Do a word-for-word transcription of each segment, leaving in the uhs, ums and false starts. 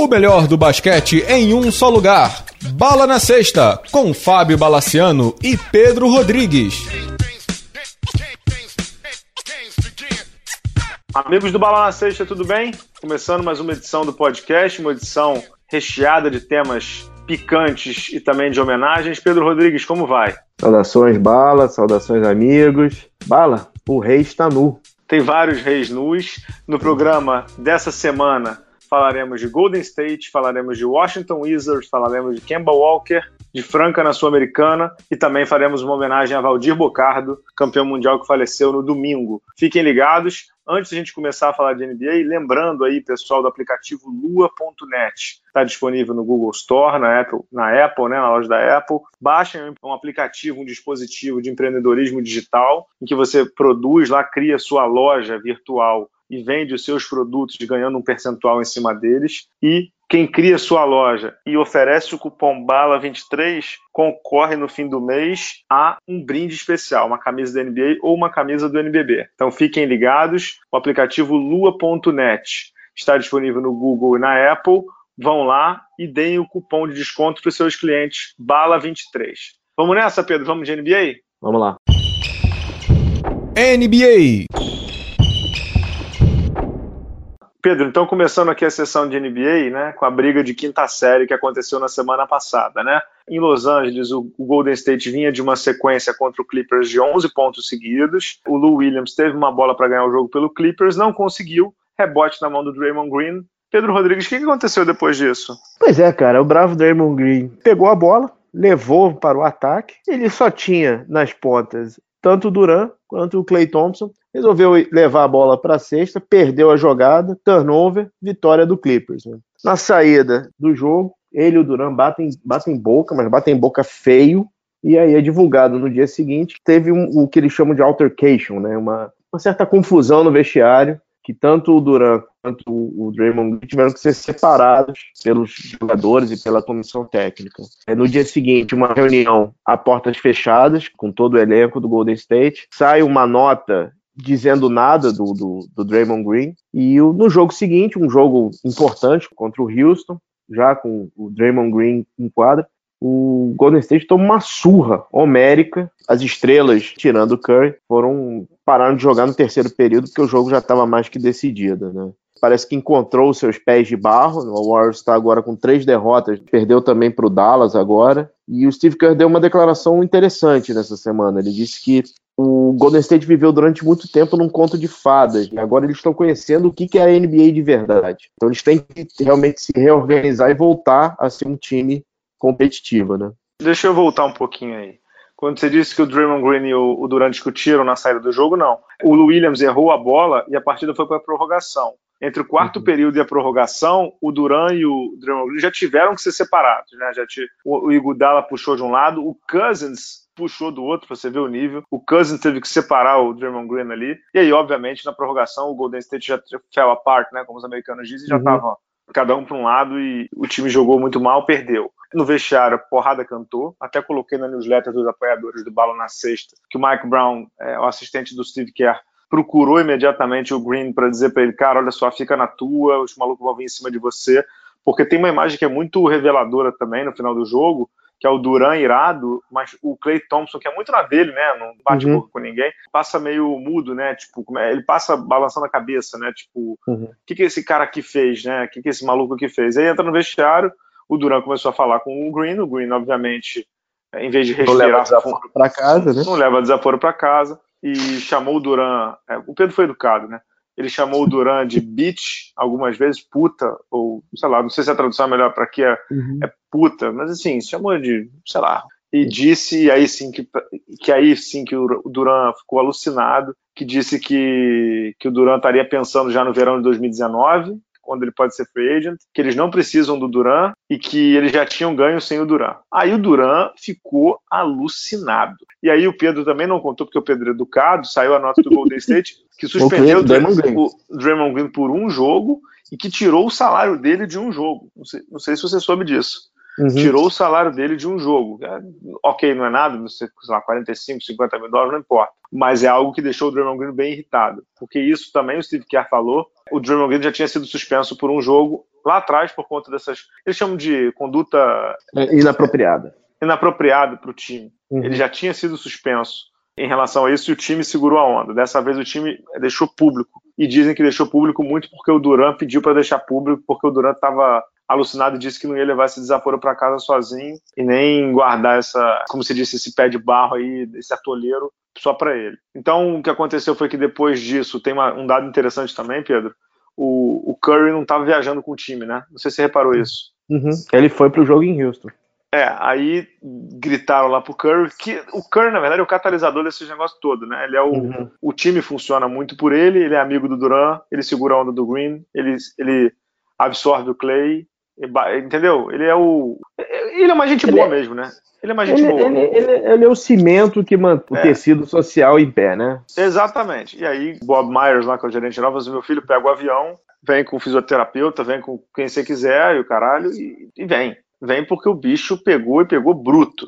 O melhor do basquete em um só lugar. Bala na Sexta, com Fábio Balaciano e Pedro Rodrigues. Amigos do Bala na Sexta, tudo bem? Começando mais uma edição do podcast, uma edição recheada de temas picantes e também de homenagens. Pedro Rodrigues, como vai? Saudações, Bala, saudações, amigos. Bala, o rei está nu. Tem vários reis nus. No programa dessa semana falaremos de Golden State, falaremos de Washington Wizards, falaremos de Kemba Walker, de Franca na Sul-Americana e também faremos uma homenagem a Valdir Bocardo, campeão mundial que faleceu no domingo. Fiquem ligados. Antes de a gente começar a falar de N B A, lembrando aí, pessoal, do aplicativo lua ponto net. Está disponível no Google Store, na Apple, na Apple, né, na loja da Apple. Baixem um aplicativo, um dispositivo de empreendedorismo digital, em que você produz lá, cria sua loja virtual e vende os seus produtos ganhando um percentual em cima deles. E quem cria sua loja e oferece o cupom B A L A vinte e três concorre no fim do mês a um brinde especial, uma camisa da N B A ou uma camisa do N B B. Então fiquem ligados, o aplicativo lua ponto net está disponível no Google e na Apple. Vão lá e deem o cupom de desconto para os seus clientes B A L A vinte e três. Vamos nessa, Pedro? Vamos de N B A? Vamos lá. N B A. Pedro, então começando aqui a sessão de N B A, né, com a briga de quinta série que aconteceu na semana passada, né? Em Los Angeles, o, o Golden State vinha de uma sequência contra o Clippers de onze pontos seguidos. O Lou Williams teve uma bola para ganhar o jogo pelo Clippers, não conseguiu. Rebote na mão do Draymond Green. Pedro Rodrigues, o que aconteceu depois disso? Pois é, cara, o bravo Draymond Green pegou a bola, levou para o ataque. Ele só tinha nas pontas tanto o Durant quanto o Klay Thompson. Resolveu levar a bola para a cesta, perdeu a jogada, turnover, vitória do Clippers. Né? Na saída do jogo, ele e o Durant batem, batem boca, mas batem boca feio, e aí é divulgado no dia seguinte. Teve um, o que eles chamam de altercation, né? uma, uma certa confusão no vestiário, que tanto o Durant quanto o Draymond Green tiveram que ser separados pelos jogadores e pela comissão técnica. No dia seguinte, uma reunião a portas fechadas, com todo o elenco do Golden State, sai uma nota dizendo nada do, do, do Draymond Green, e no jogo seguinte, um jogo importante contra o Houston, já com o Draymond Green em quadra, o Golden State tomou uma surra homérica. As estrelas, tirando o Curry, foram pararam de jogar no terceiro período, porque o jogo já estava mais que decidido, né? Parece que encontrou os seus pés de barro. O Warriors está agora com três derrotas, perdeu também para o Dallas agora. E o Steve Kerr deu uma declaração interessante nessa semana. Ele disse que o Golden State viveu durante muito tempo num conto de fadas, e agora eles estão conhecendo o que é a N B A de verdade. Então eles têm que realmente se reorganizar e voltar a ser um time competitivo, né? Deixa eu voltar um pouquinho aí. Quando você disse que o Draymond Green e o Durant discutiram na saída do jogo, não. O Lou Williams errou a bola e a partida foi para a prorrogação. Entre o quarto uhum. período e a prorrogação, o Durant e o Draymond Green já tiveram que ser separados, né? Já t... O Iguodala puxou de um lado, o Cousins puxou do outro, pra você ver o nível. O Cousins teve que separar o Draymond Green ali. E aí, obviamente, na prorrogação, o Golden State já fell apart, né? Como os americanos dizem, já estavam uhum. cada um para um lado e o time jogou muito mal, perdeu. No vestiário, a porrada cantou. Até coloquei na newsletter dos apoiadores do Bala na Sexta que o Mike Brown, é, o assistente do Steve Kerr, procurou imediatamente o Green para dizer para ele, cara, olha só, fica na tua, os malucos vão vir em cima de você. Porque tem uma imagem que é muito reveladora também no final do jogo, que é o Durant irado, mas o Klay Thompson, que é muito na dele, né, não bate uhum. boca com ninguém, passa meio mudo, né, tipo, ele passa balançando a cabeça, né, tipo, o uhum. que que esse cara aqui fez, né, o que que esse maluco aqui fez? Aí entra no vestiário, o Durant começou a falar com o Green, o Green, obviamente, em vez de respirar... Não leva desaforo para casa, né? Não leva desaforo para casa, e chamou o Durant... É, o Pedro foi educado, né? Ele chamou o Durant de bitch algumas vezes, puta, ou sei lá, não sei se a tradução é melhor para aqui é, uhum. é puta, mas assim, chamou de, sei lá, e disse, e aí sim que, que aí sim que o Durant ficou alucinado, que disse que, que o Durant estaria pensando já no verão de dois mil e dezenove, quando ele pode ser free agent, que eles não precisam do Durant e que eles já tinham ganho sem o Durant. Aí o Durant ficou alucinado. E aí o Pedro também não contou, porque o Pedro é educado, saiu a nota do Golden State, que suspendeu o Draymond Green. o Draymond Green por um jogo e que tirou o salário dele de um jogo. Não sei, não sei se você soube disso. Uhum. Tirou o salário dele de um jogo. Ok, não é nada, não sei, sei lá, quarenta e cinco, cinquenta mil dólares, não importa. Mas é algo que deixou o Draymond Green bem irritado. Porque isso também o Steve Kerr falou. O Draymond Green já tinha sido suspenso por um jogo lá atrás por conta dessas... Eles chamam de conduta... Inapropriada. Inapropriada para o time. Uhum. Ele já tinha sido suspenso em relação a isso e o time segurou a onda. Dessa vez o time deixou público. E dizem que deixou público muito porque o Durant pediu para deixar público, porque o Durant estava alucinado e disse que não ia levar esse desaforo para casa sozinho e nem guardar essa, como se disse, esse pé de barro aí, esse atoleiro só para ele. Então o que aconteceu foi que depois disso, tem uma, um dado interessante também, Pedro, o, o Curry não estava viajando com o time, né? Não sei se você reparou isso. Uhum. Ele foi pro jogo em Houston. É, aí gritaram lá pro Curry, que o Curry, na verdade, é o catalisador desse negócio todo, né? Ele é o, uhum. o time funciona muito por ele, ele é amigo do Durant, ele segura a onda do Green, ele, ele absorve o Clay, entendeu? Ele é o... Ele é uma gente boa é, mesmo, né? Ele é uma gente ele, boa. Ele, ele, ele é o cimento que mantém o é. tecido social em pé, né? Exatamente. E aí, Bob Myers, lá, que é o gerente geral, falou assim, meu filho pega o avião, vem com o fisioterapeuta, vem com quem você quiser, e o caralho, e, e vem. Vem porque o bicho pegou e pegou bruto.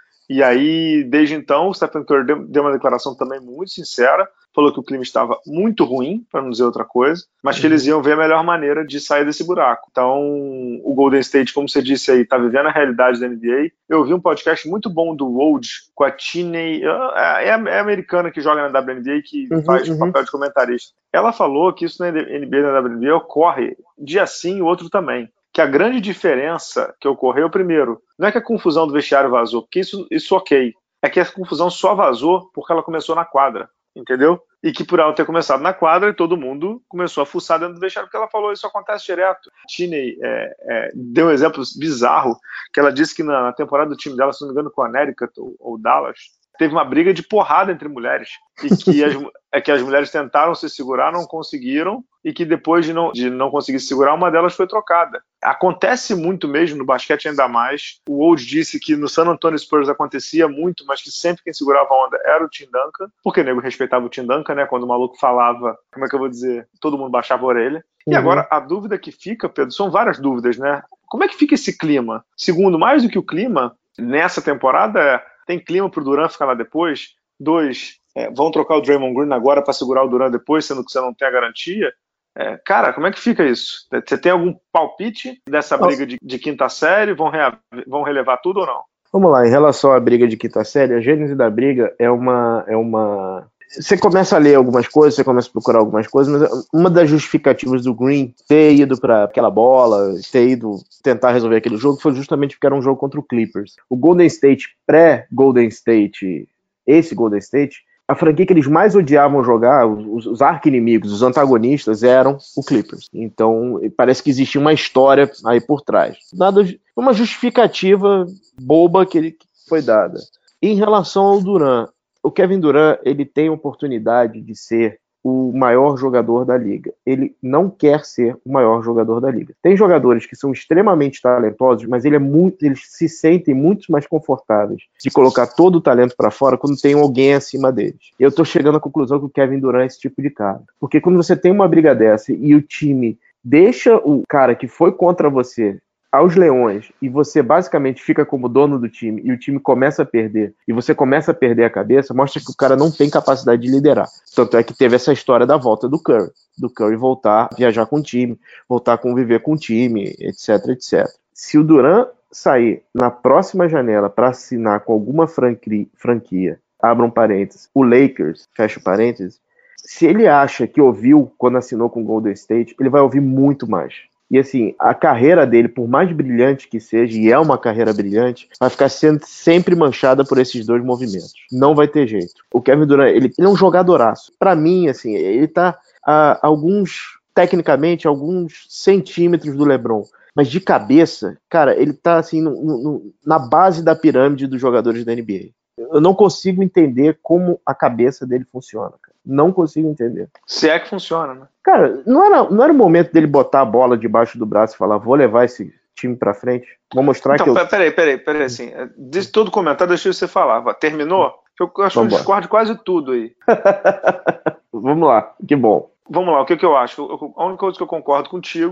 E aí, desde então, o Stephen Curry deu uma declaração também muito sincera, falou que o clima estava muito ruim, para não dizer outra coisa, mas que eles iam ver a melhor maneira de sair desse buraco. Então, o Golden State, como você disse aí, está vivendo a realidade da N B A. Eu ouvi um podcast muito bom do Woj, com a Tinney, é a americana que joga na W N B A, que uhum, faz uhum. papel de comentarista. Ela falou que isso na N B A e na W N B A ocorre dia sim e outro também. Que a grande diferença que ocorreu, primeiro, não é que a confusão do vestiário vazou, porque isso, isso ok, é que a confusão só vazou porque ela começou na quadra, entendeu? E que por ela ter começado na quadra, todo mundo começou a fuçar dentro do vestiário, porque ela falou, isso acontece direto. A Tinney é, é, deu um exemplo bizarro, que ela disse que na, na temporada do time dela, se não me engano, com a Connecticut ou, ou Dallas, teve uma briga de porrada entre mulheres, e que as, é que as mulheres tentaram se segurar, não conseguiram, e que depois de não, de não conseguir se segurar, uma delas foi trocada. Acontece muito mesmo, no basquete ainda mais. O Woj disse que no San Antonio Spurs acontecia muito, mas que sempre quem segurava a onda era o Tim Duncan, porque o nego respeitava o Tim Duncan, né? Quando o maluco falava, como é que eu vou dizer, todo mundo baixava a orelha. Uhum. E agora, a dúvida que fica, Pedro, são várias dúvidas, né? Como é que fica esse clima? Segundo, mais do que o clima, nessa temporada é tem clima pro Durant ficar lá depois? Dois, é, vão trocar o Draymond Green agora para segurar o Durant depois, sendo que você não tem a garantia? É, cara, como é que fica isso? Você tem algum palpite dessa briga de, de quinta série? Vão, rea, vão relevar tudo ou não? Vamos lá, em relação à briga de quinta série, a gênese da briga é uma... É uma... Você começa a ler algumas coisas, você começa a procurar algumas coisas, mas uma das justificativas do Green ter ido para aquela bola, ter ido tentar resolver aquele jogo, foi justamente porque era um jogo contra o Clippers. O Golden State, pré-Golden State, esse Golden State, a franquia que eles mais odiavam jogar, os, os arqui-inimigos, os antagonistas, eram o Clippers. Então, parece que existia uma história aí por trás. Nada, uma justificativa boba que, ele, que foi dada. Em relação ao Durant, o Kevin Durant, ele tem a oportunidade de ser o maior jogador da liga. Ele não quer ser o maior jogador da liga. Tem jogadores que são extremamente talentosos, mas ele é muito, eles se sentem muito mais confortáveis de colocar todo o talento para fora quando tem alguém acima deles. Eu tô chegando à conclusão que o Kevin Durant é esse tipo de cara. Porque quando você tem uma briga dessa e o time deixa o cara que foi contra você aos leões, e você basicamente fica como dono do time, e o time começa a perder, e você começa a perder a cabeça, mostra que o cara não tem capacidade de liderar. Tanto é que teve essa história da volta do Curry, do Curry voltar a viajar com o time, voltar a conviver com o time, etc, etcétera. Se o Durant sair na próxima janela para assinar com alguma franquia, franquia, abra um parênteses, o Lakers, fecha o parênteses, se ele acha que ouviu quando assinou com o Golden State, ele vai ouvir muito mais. E assim, a carreira dele, por mais brilhante que seja, e é uma carreira brilhante, vai ficar sendo sempre manchada por esses dois movimentos. Não vai ter jeito. O Kevin Durant, ele, ele é um jogadoraço. Pra mim, assim, ele tá a alguns, tecnicamente, alguns centímetros do LeBron. Mas de cabeça, cara, ele tá assim, no, no, na base da pirâmide dos jogadores da N B A. Eu não consigo entender como a cabeça dele funciona, cara. Não consigo entender. Se é que funciona, né? Cara, não era, não era o momento dele botar a bola debaixo do braço e falar, vou levar esse time pra frente, vou mostrar então, que eu... Então, peraí, peraí, peraí, assim, de todo comentário, deixa você falar. Terminou? Eu acho que eu discordo quase tudo aí. Vamos lá, que bom. Vamos lá, o que, que eu acho? A única coisa que eu concordo contigo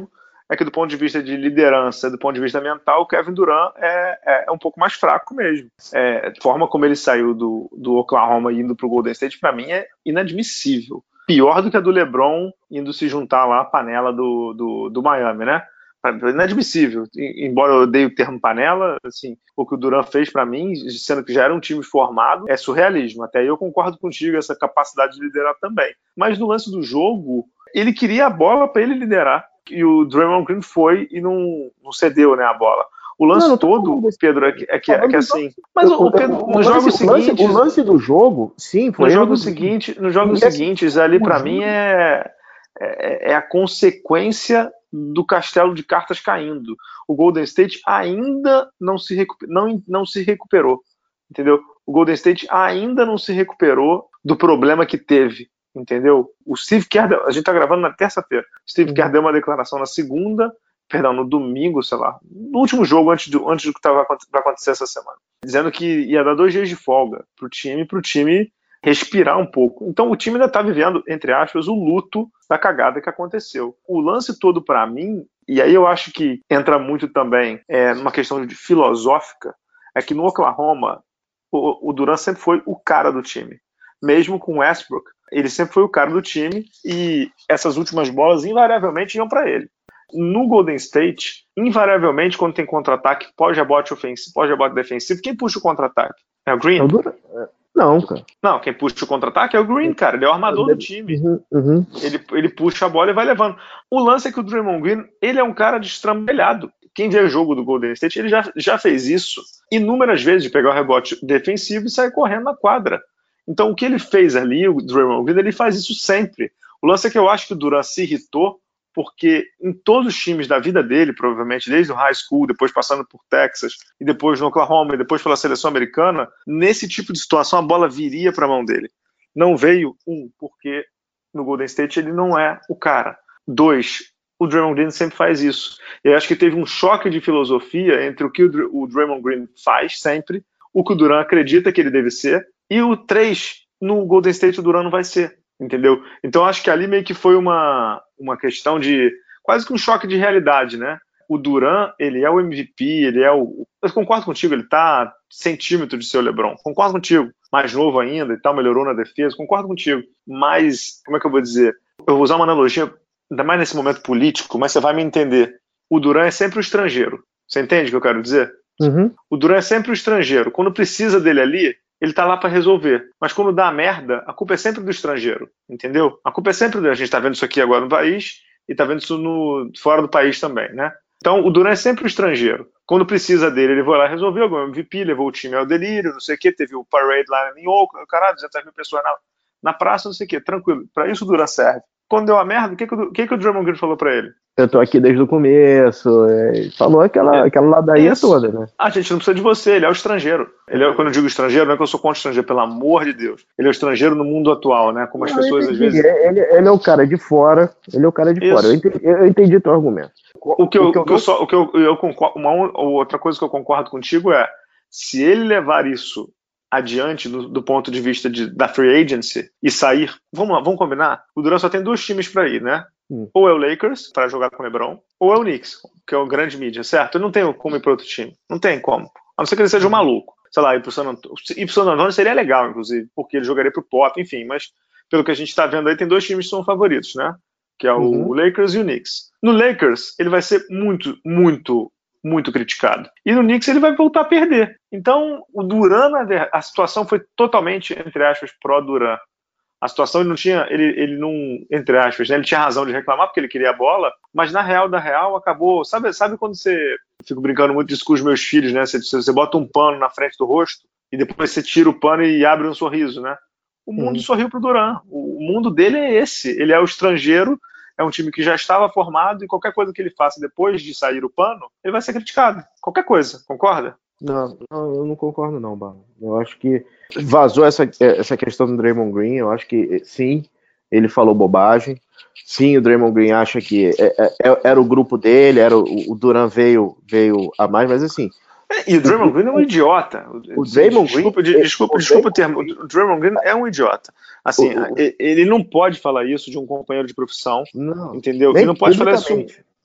é que do ponto de vista de liderança, do ponto de vista mental, o Kevin Durant é, é um pouco mais fraco mesmo. É, a forma como ele saiu do, do Oklahoma indo pro Golden State, para mim, é inadmissível. Pior do que a do LeBron indo se juntar lá à panela do, do, do Miami, né? Inadmissível. Embora eu odeie o termo panela, assim, o que o Durant fez para mim, sendo que já era um time formado, é surrealismo. Até eu concordo contigo, essa capacidade de liderar também. Mas no lance do jogo, ele queria a bola para ele liderar. E o Draymond Green foi e não, não cedeu, né, a bola. O lance não, todo, Pedro, é que, é que, é que assim... Mas o, o Pedro, nos jogos seguintes... O lance do jogo, sim, foi... Nos jogos seguintes, nos jogos seguintes ali, para mim, é, é, é a consequência do castelo de cartas caindo. O Golden State ainda não se, recuper, não, não se recuperou, entendeu? O Golden State ainda não se recuperou do problema que teve, entendeu? O Steve Kerr, a gente tá gravando na terça-feira, Steve uhum. Kerr deu uma declaração na segunda, perdão, no domingo, sei lá, no último jogo antes do, antes do que estava para acontecer essa semana, dizendo que ia dar dois dias de folga pro time, pro time respirar um pouco. Então o time ainda está vivendo, entre aspas, o luto da cagada que aconteceu. O lance todo para mim, e aí eu acho que entra muito também é, numa questão de filosófica, é que no Oklahoma o, o Durant sempre foi o cara do time. Mesmo com o Westbrook, ele sempre foi o cara do time e essas últimas bolas invariavelmente iam para ele. No Golden State, invariavelmente, quando tem contra-ataque, pós-rebote ofensivo, pós-rebote defensivo, quem puxa o contra-ataque? É o Green? É o Durant. Não, cara. Não, quem puxa o contra-ataque é o Green, cara. Ele é o armador do time. Uhum, uhum. Ele, ele puxa a bola e vai levando. O lance é que o Draymond Green, ele é um cara destrambelhado. Quem vê o jogo do Golden State, ele já, já fez isso inúmeras vezes, de pegar o rebote defensivo e sair correndo na quadra. Então, o que ele fez ali, o Draymond Green, ele faz isso sempre. O lance é que eu acho que o Durant se irritou, porque em todos os times da vida dele, provavelmente, desde o high school, depois passando por Texas, e depois no Oklahoma, e depois pela seleção americana, nesse tipo de situação a bola viria para a mão dele. Não veio, um, porque no Golden State ele não é o cara. Dois, o Draymond Green sempre faz isso. E eu acho que teve um choque de filosofia entre o que o Draymond Green faz sempre, o que o Durant acredita que ele deve ser, e o três, no Golden State o Durant não vai ser. Entendeu? Então acho que ali meio que foi uma, uma questão de quase que um choque de realidade, né? O Durant, ele é o M V P, ele é o... Eu concordo contigo, ele tá centímetro de ser o LeBron. Concordo contigo. Mais novo ainda e tal, melhorou na defesa. Concordo contigo. Mas, como é que eu vou dizer? Eu vou usar uma analogia, ainda mais nesse momento político, mas você vai me entender. O Durant é sempre o estrangeiro. Você entende o que eu quero dizer? Uhum. O Durant é sempre o estrangeiro. Quando precisa dele ali, ele tá lá para resolver. Mas quando dá merda, a culpa é sempre do estrangeiro, entendeu? A culpa é sempre do... A gente tá vendo isso aqui agora no país e tá vendo isso no... fora do país também, né? Então, o Durant é sempre o estrangeiro. Quando precisa dele, ele vai lá resolver algum M V P, levou o time ao delírio, não sei o quê, teve o parade lá em Oakland, caralho, duzentas mil pessoas na, na praça, não sei o quê, tranquilo. Para isso o Durant serve. Quando deu a merda, o que, que, o, que, que o Draymond Green falou para ele? Eu tô aqui desde o começo, é, falou aquela, é, aquela ladainha toda, né? A gente não precisa de você, ele é o estrangeiro. Ele é, quando eu digo estrangeiro, não é que eu sou contra o estrangeiro, pelo amor de Deus. Ele é o estrangeiro no mundo atual, né? Como as não, pessoas às vezes... Ele, ele é o cara de fora, ele é o cara de isso. fora. Eu entendi, eu entendi teu argumento. O que eu, o que eu, que eu, só, o que eu, eu concordo, uma outra coisa que eu concordo contigo é, se ele levar isso adiante do, do ponto de vista de, da free agency e sair, vamos lá, vamos combinar? O Durant só tem dois times para ir, né? Hum. Ou é o Lakers, para jogar com o LeBron, ou é o Knicks, que é o grande mídia, certo? Ele não tem como ir para outro time, não tem como. A não ser que ele seja um maluco. Sei lá, ir pro San Antonio, ir pro San Antonio seria legal, inclusive, porque ele jogaria pro Pop, enfim, mas pelo que a gente está vendo aí, tem dois times que são favoritos, né? Que é o uhum. Lakers e o Knicks. No Lakers, ele vai ser muito, muito, muito criticado. E no Knicks ele vai voltar a perder. Então, o Durant, a situação foi totalmente, entre aspas, pró-Durant. A situação ele não tinha, ele, ele não, entre aspas, né, ele tinha razão de reclamar porque ele queria a bola, mas na real da real acabou, sabe, sabe quando você, eu fico brincando muito disso com os meus filhos, né, você, você bota um pano na frente do rosto e depois você tira o pano e abre um sorriso, né? O mundo uhum. sorriu pro Durant, o mundo dele é esse, ele é o estrangeiro, é um time que já estava formado e qualquer coisa que ele faça depois de sair o pano, ele vai ser criticado, qualquer coisa, concorda? Não, não, eu não concordo não, Bala. Eu acho que vazou essa, essa questão do Draymond Green, eu acho que sim, ele falou bobagem, sim, o Draymond Green acha que é, é, era o grupo dele, era o, o Durant veio, veio a mais, mas assim... É, e o Draymond Green é um idiota. O Draymond desculpa, Green... Desculpa, desculpa o termo, o Draymond Green é um idiota. Assim, o, o, ele não pode falar isso de um companheiro de profissão, não, entendeu? Ele não pode falar isso...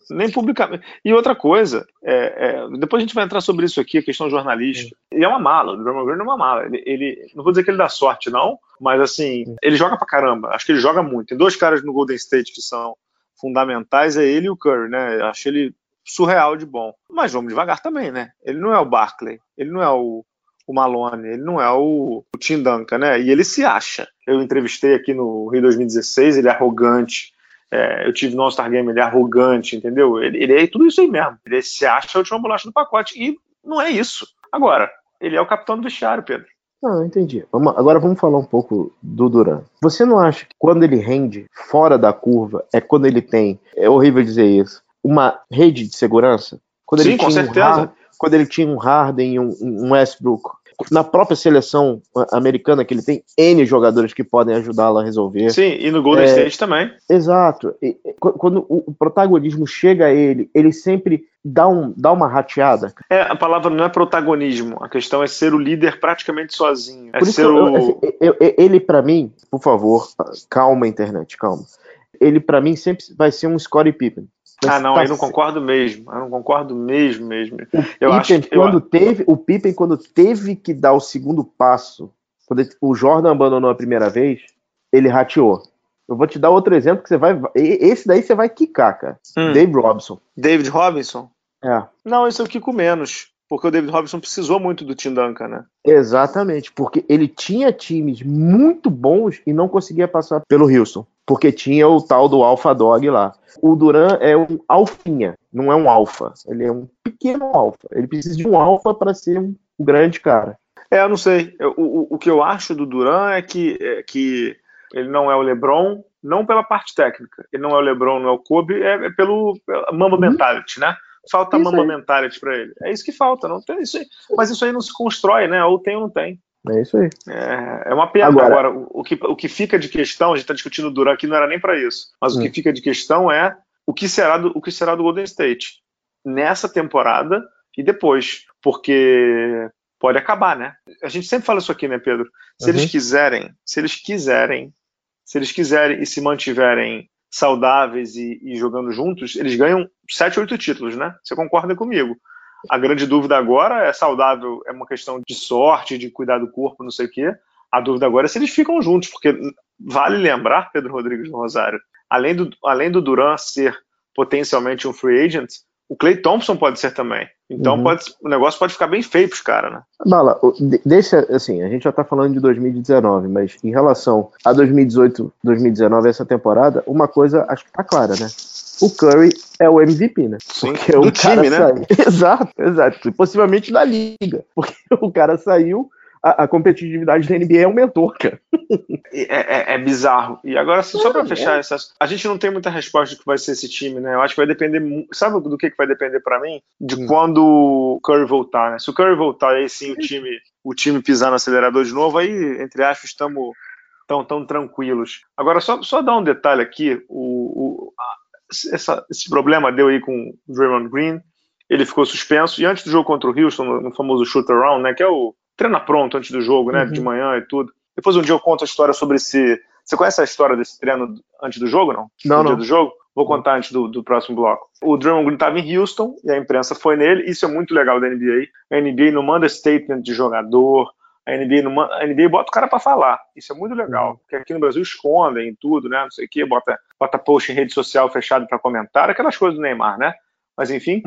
Nem publicamente. E outra coisa, é, é, depois a gente vai entrar sobre isso aqui, a questão jornalística. Ele é uma mala, o Draymond Green é uma mala. Ele, ele, não vou dizer que ele dá sorte, não, mas assim, ele joga pra caramba. Acho que ele joga muito. Tem dois caras no Golden State que são fundamentais, é ele e o Curry, né? Eu acho ele surreal de bom. Mas vamos devagar também, né? Ele não é o Barkley, ele não é o, o Malone, ele não é o, o Tim Duncan, né? E ele se acha. Eu entrevistei aqui no Rio dois mil e dezesseis, ele é arrogante. É, eu tive no All-Star Game, ele é arrogante, entendeu? Ele, ele é tudo isso aí mesmo. Ele se acha a última bolacha do pacote. E não é isso. Agora, ele é o capitão do vestiário, Pedro. Não, entendi. Vamos, agora vamos falar um pouco do Durant. Você não acha que quando ele rende fora da curva é quando ele tem, é horrível dizer isso, uma rede de segurança? Quando Sim, ele com tinha certeza. Um Harden, quando ele tinha um Harden e um, um Westbrook. Na própria seleção americana que ele tem N jogadores que podem ajudá-lo a resolver. Sim, e no Golden é, State também. Exato. E, quando o protagonismo chega a ele, ele sempre dá, um, dá uma rateada. É, a palavra não é protagonismo, a questão é ser o líder praticamente sozinho. É Por isso ser eu, o... eu, eu, ele, pra mim, por favor, calma internet, calma. Ele, pra mim, sempre vai ser um Scottie Pippen. Ah, não, tá eu não concordo mesmo. Eu não concordo mesmo, mesmo. O eu Pippen, acho que, quando eu... teve, o Pippen, quando teve que dar o segundo passo, quando ele, o Jordan abandonou a primeira vez, ele rateou. Eu vou te dar outro exemplo que você vai. Esse daí você vai quicar, cara. Hum. Dave Robinson. David Robinson? É. Não, esse eu quico menos. Porque o David Robinson precisou muito do Tim Duncan, né? Exatamente, porque ele tinha times muito bons e não conseguia passar pelo Houston, porque tinha o tal do Alpha Dog lá. O Durant é um alfinha, não é um alfa. Ele é um pequeno alfa. Ele precisa de um alfa para ser um grande cara. É, eu não sei. Eu, o, o que eu acho do Durant é que, é que ele não é o LeBron, não pela parte técnica. Ele não é o LeBron, não é o Kobe, é, é pelo pela Mamba uhum. mentality, né? Falta Mamba mentality pra ele. É isso que falta, não tem isso aí. Mas isso aí não se constrói, né? Ou tem ou não tem. É isso aí. É, é uma pena. Agora, Agora o, o, que, o que fica de questão, a gente tá discutindo o Durant aqui, não era nem pra isso. Mas hum. o que fica de questão é o que será do, o que será do Golden State nessa temporada e depois. Porque pode acabar, né? A gente sempre fala isso aqui, né, Pedro? Se uhum. eles quiserem, se eles quiserem, se eles quiserem e se mantiverem saudáveis e, e jogando juntos, eles ganham sete, oito títulos, né? Você concorda comigo? A grande dúvida agora é saudável, é uma questão de sorte, de cuidar do corpo, não sei o quê. A dúvida agora é se eles ficam juntos, porque vale lembrar, Pedro Rodrigues do Rosário, além do, além do Durant ser potencialmente um free agent, o Klay Thompson pode ser também. Então uhum. pode, o negócio pode ficar bem feio pros caras, né? Bala, deixa, assim, a gente já tá falando de dois mil e dezenove, mas em relação a dois mil e dezoito, dois mil e dezenove, essa temporada, uma coisa acho que tá clara, né? O Curry é o M V P, né? Sim, porque do o time, né? Saiu... Exato, exato. Possivelmente da liga. Porque o cara saiu, a, a competitividade da N B A aumentou, cara. É, é, é bizarro. E agora, assim, só pra é, fechar, é. essas... a gente não tem muita resposta do que vai ser esse time, né? Eu acho que vai depender. Sabe do que vai depender pra mim? De hum. quando o Curry voltar, né? Se o Curry voltar, aí sim o time, o time pisar no acelerador de novo, aí, entre aspas, estamos tão, tão tranquilos. Agora, só, só dar um detalhe aqui: o, o, a, essa, esse problema deu aí com o Draymond Green, ele ficou suspenso, e antes do jogo contra o Houston, no, no famoso shoot-around, né? Que é o treina pronto antes do jogo, né? Uhum. De manhã e tudo. Depois um dia eu conto a história sobre esse... Você conhece a história desse treino antes do jogo, não? Não, no não. Dia do jogo? Vou contar antes do, do próximo bloco. O Draymond Green estava em Houston e a imprensa foi nele. Isso é muito legal da N B A. A N B A não manda statement de jogador. A N B A, não manda, a N B A bota o cara para falar. Isso é muito legal. Uhum. Porque aqui no Brasil escondem tudo, né? Não sei o quê. Bota, bota post em rede social fechado para comentar. Aquelas coisas do Neymar, né? Mas enfim...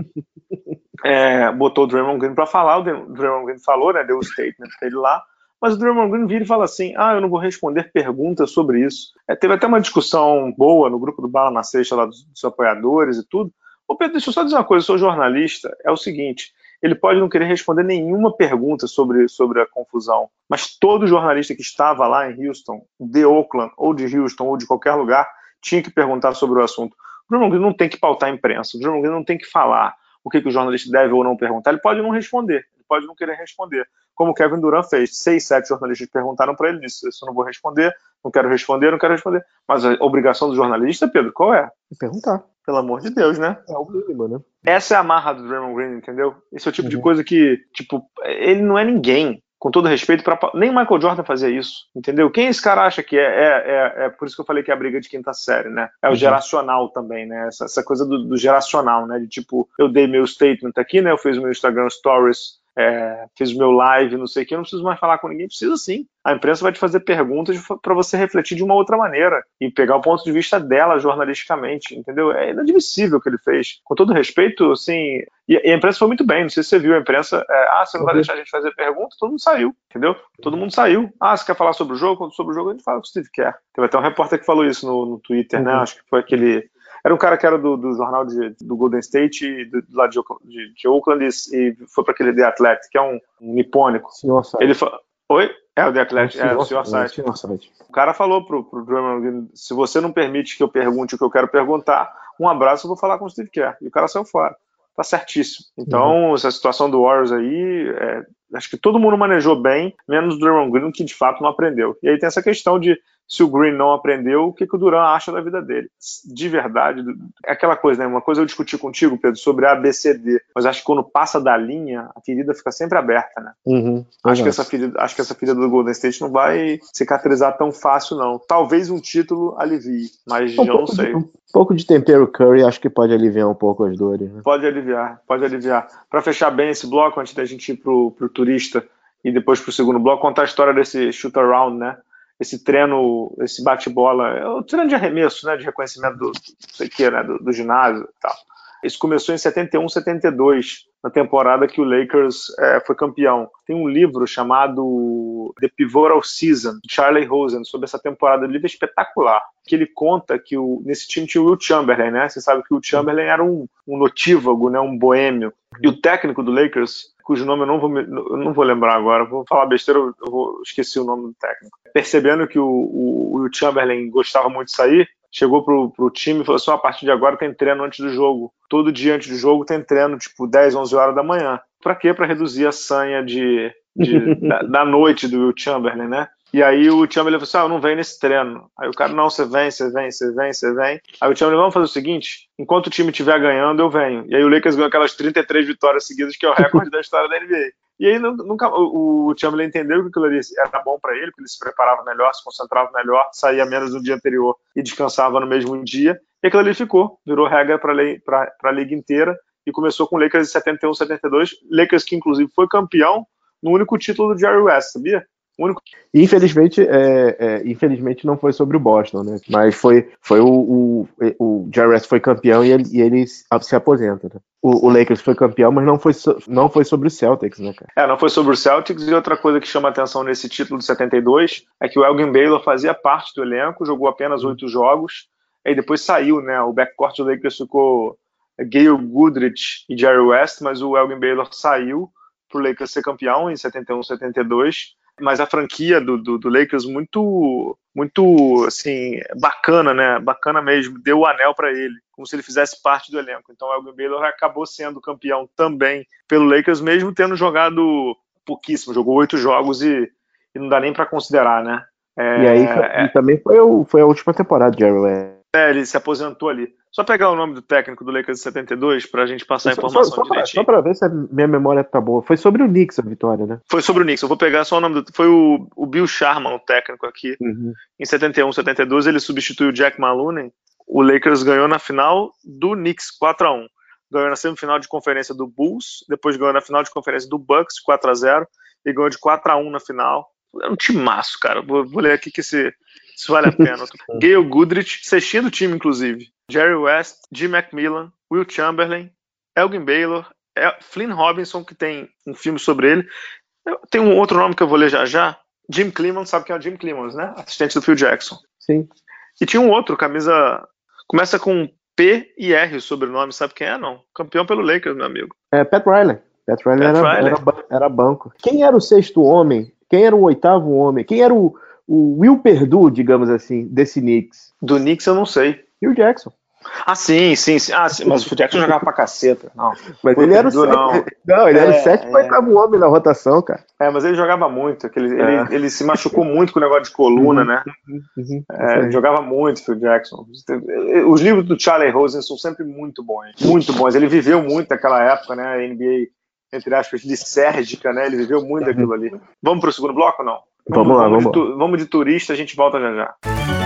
É, botou o Draymond Green para falar, o Draymond Green falou, né, deu o statement dele lá, mas o Draymond Green vira e fala assim, ah, eu não vou responder perguntas sobre isso. É, teve até uma discussão boa no grupo do Bala na Sexta, lá dos, dos apoiadores e tudo. Ô Pedro, deixa eu só dizer uma coisa, eu sou jornalista, é o seguinte, ele pode não querer responder nenhuma pergunta sobre, sobre a confusão, mas todo jornalista que estava lá em Houston, de Oakland, ou de Houston, ou de qualquer lugar, tinha que perguntar sobre o assunto. O Draymond Green não tem que pautar a imprensa, o Draymond Green não tem que falar o que, que o jornalista deve ou não perguntar, ele pode não responder, ele pode não querer responder, como o Kevin Durant fez, seis, sete jornalistas perguntaram para ele, disse, isso eu não vou responder, não quero responder, não quero responder, mas a obrigação do jornalista, Pedro, qual é? Perguntar. Pelo amor de Deus, né? É o mínimo, né? Essa é a marra do Draymond Green, entendeu? Esse é o tipo uhum. de coisa que, tipo, ele não é ninguém, com todo respeito, pra, nem o Michael Jordan fazia isso, entendeu? Quem esse cara acha que é? É, é, é por isso que eu falei que é a briga de quinta série, né? É o uhum. geracional também, né? Essa, essa coisa do, do geracional, né? De tipo, eu dei meu statement aqui, né? Eu fiz o meu Instagram Stories, é, fiz o meu live, não sei o que, eu não preciso mais falar com ninguém, precisa sim. A imprensa vai te fazer perguntas para você refletir de uma outra maneira e pegar o ponto de vista dela jornalisticamente, entendeu? É inadmissível o que ele fez. Com todo respeito, assim, e a imprensa foi muito bem, não sei se você viu a imprensa, é, ah, você não vai deixar a gente fazer pergunta? Todo mundo saiu, entendeu? Todo mundo saiu. Ah, você quer falar sobre o jogo? Sobre o jogo a gente fala com o Steve Kerr. Teve até um repórter que falou isso no, no Twitter, uhum. né? Acho que foi aquele... Era um cara que era do, do jornal de, do Golden State, do, do lado de, de, de Oakland, e foi para aquele The Athletic, que é um, um nipônico. Senhor Ele falou... Oi? É o The Athletic, é o senhor Site. É, o cara falou pro, pro Draymond Green, se você não permite que eu pergunte o que eu quero perguntar, um abraço, eu vou falar com o Steve Kerr. E o cara saiu fora. Tá certíssimo. Então, uhum. essa situação do Warriors aí, é, acho que todo mundo manejou bem, menos o Draymond Green, que de fato não aprendeu. E aí tem essa questão de, se o Green não aprendeu, o que, que o Durant acha da vida dele. De verdade, é aquela coisa, né? Uma coisa eu discuti contigo, Pedro, sobre A, B, C, D, mas acho que quando passa da linha, a ferida fica sempre aberta, né? Uhum. Acho, que essa ferida, acho que essa ferida do Golden State não vai cicatrizar tão fácil, não. Talvez um título alivie, mas um eu não sei. De, um pouco de tempero curry, acho que pode aliviar um pouco as dores, né? Pode aliviar, pode aliviar. Para fechar bem esse bloco, antes da gente ir pro, pro turista e depois pro segundo bloco, contar a história desse shoot around, né? Esse treino, esse bate-bola, é o treino de arremesso, né? De reconhecimento do, do, sei que, né? do, do ginásio e tal. Isso começou em setenta e um, setenta e dois, na temporada que o Lakers é, foi campeão. Tem um livro chamado The Pivotal Season, de Charlie Rosen, sobre essa temporada. O livro é espetacular, que ele conta que o, nesse time tinha o Will Chamberlain, né? Você sabe que o Will Chamberlain era um, um notívago, né? Um boêmio. E o técnico do Lakers, cujo nome eu não vou, eu não vou lembrar agora, vou falar besteira, eu vou, esqueci o nome do técnico. Percebendo que o, o, o Will Chamberlain gostava muito de sair, chegou pro, pro time e falou assim, a partir de agora tem treino antes do jogo. Todo dia antes do jogo tem treino, tipo, dez, onze horas da manhã. Pra quê? Pra reduzir a sanha de, de, da, da noite do Will Chamberlain, né? E aí o Chamberlain falou assim, ah, eu não venho nesse treino. Aí o cara, não, você vem, você vem, você vem, você vem. Aí o Chamberlain, vamos fazer o seguinte, enquanto o time estiver ganhando, eu venho. E aí o Lakers ganhou aquelas trinta e três vitórias seguidas, que é o recorde da história da N B A. E aí nunca, o, o Chamberlain entendeu que aquilo ali era bom para ele, porque ele se preparava melhor, se concentrava melhor, saía menos no dia anterior e descansava no mesmo dia. E aquilo ali ficou, virou regra para a liga inteira e começou com o Lakers em setenta e um, setenta e dois. Lakers que inclusive foi campeão no único título do Jerry West, sabia? O único... Infelizmente, é, é, infelizmente não foi sobre o Boston, né? Mas foi, foi o, o, o Jerry West foi campeão e ele, e ele se aposenta, né? O, o Lakers foi campeão, mas não foi, não foi sobre o Celtics, né, cara? É, não foi sobre o Celtics. E outra coisa que chama atenção nesse título de setenta e dois é que o Elgin Baylor fazia parte do elenco, jogou apenas oito jogos, e depois saiu, né? O backcourt do Lakers ficou Gayle Goodrich e Jerry West, mas o Elgin Baylor saiu pro Lakers ser campeão em setenta e um, setenta e dois. Mas a franquia do, do, do Lakers muito, muito, assim, bacana, né? Bacana mesmo. Deu o anel para ele, como se ele fizesse parte do elenco. Então o Elgin Baylor acabou sendo campeão também pelo Lakers, mesmo tendo jogado pouquíssimo. Jogou oito jogos e, e não dá nem para considerar, né? É, e aí é, e também foi, o, foi a última temporada de Jerry West. É, ele se aposentou ali. Só pegar o nome do técnico do Lakers de setenta e dois pra gente passar a informação só, só, direitinho. Só pra ver se a minha memória tá boa. Foi sobre o Knicks a vitória, né? Foi sobre o Knicks. Eu vou pegar só o nome do... Foi o, o Bill Sharman, o técnico aqui. Uhum. Em setenta e um, setenta e dois, ele substituiu o Jack Maloney. O Lakers ganhou na final do Knicks, quatro a um. Ganhou na semifinal de conferência do Bulls, depois ganhou na final de conferência do Bucks, quatro a zero, e ganhou de quatro a um na final. É um timaço, cara. Vou, vou ler aqui que esse... Isso vale a pena. Gayle Goodrich, cestinha do time, inclusive. Jerry West, Jim McMillan, Will Chamberlain, Elgin Baylor, El- Flynn Robinson, que tem um filme sobre ele. Tem um outro nome que eu vou ler já já. Jim Clemons, sabe quem é o Jim Clemons, né? Assistente do Phil Jackson. Sim. E tinha um outro, camisa... Começa com P e R o sobrenome, sabe quem é, não? Campeão pelo Lakers, meu amigo. É, Pat Riley. Pat Riley, Pat era, Riley. Era, era banco. Quem era o sexto homem? Quem era o oitavo homem? Quem era o... O Will Perdue, digamos assim, desse Knicks. Do Knicks eu não sei. Phil Jackson. Ah, sim, sim, sim. Ah, sim. Mas o Phil Jackson jogava pra caceta. Não, mas Will ele era, Perdue, o não. sete... não, ele é, era o sétimo ou oitavo homem na rotação, cara. É, mas ele jogava muito. Aquele, É. ele, ele se machucou muito com o negócio de coluna, Uhum, né? Uhum, uhum. É, ele jogava muito, Phil Jackson. Os livros do Charlie Rosen são sempre muito bons. Muito bons. Ele viveu muito naquela época, né? A N B A entre aspas, lisérgica, né? Ele viveu muito daquilo ali. Vamos pro segundo bloco ou não? Vamos, vamos lá, vamos, vamos, de, lá. vamos de turista, a gente volta já já.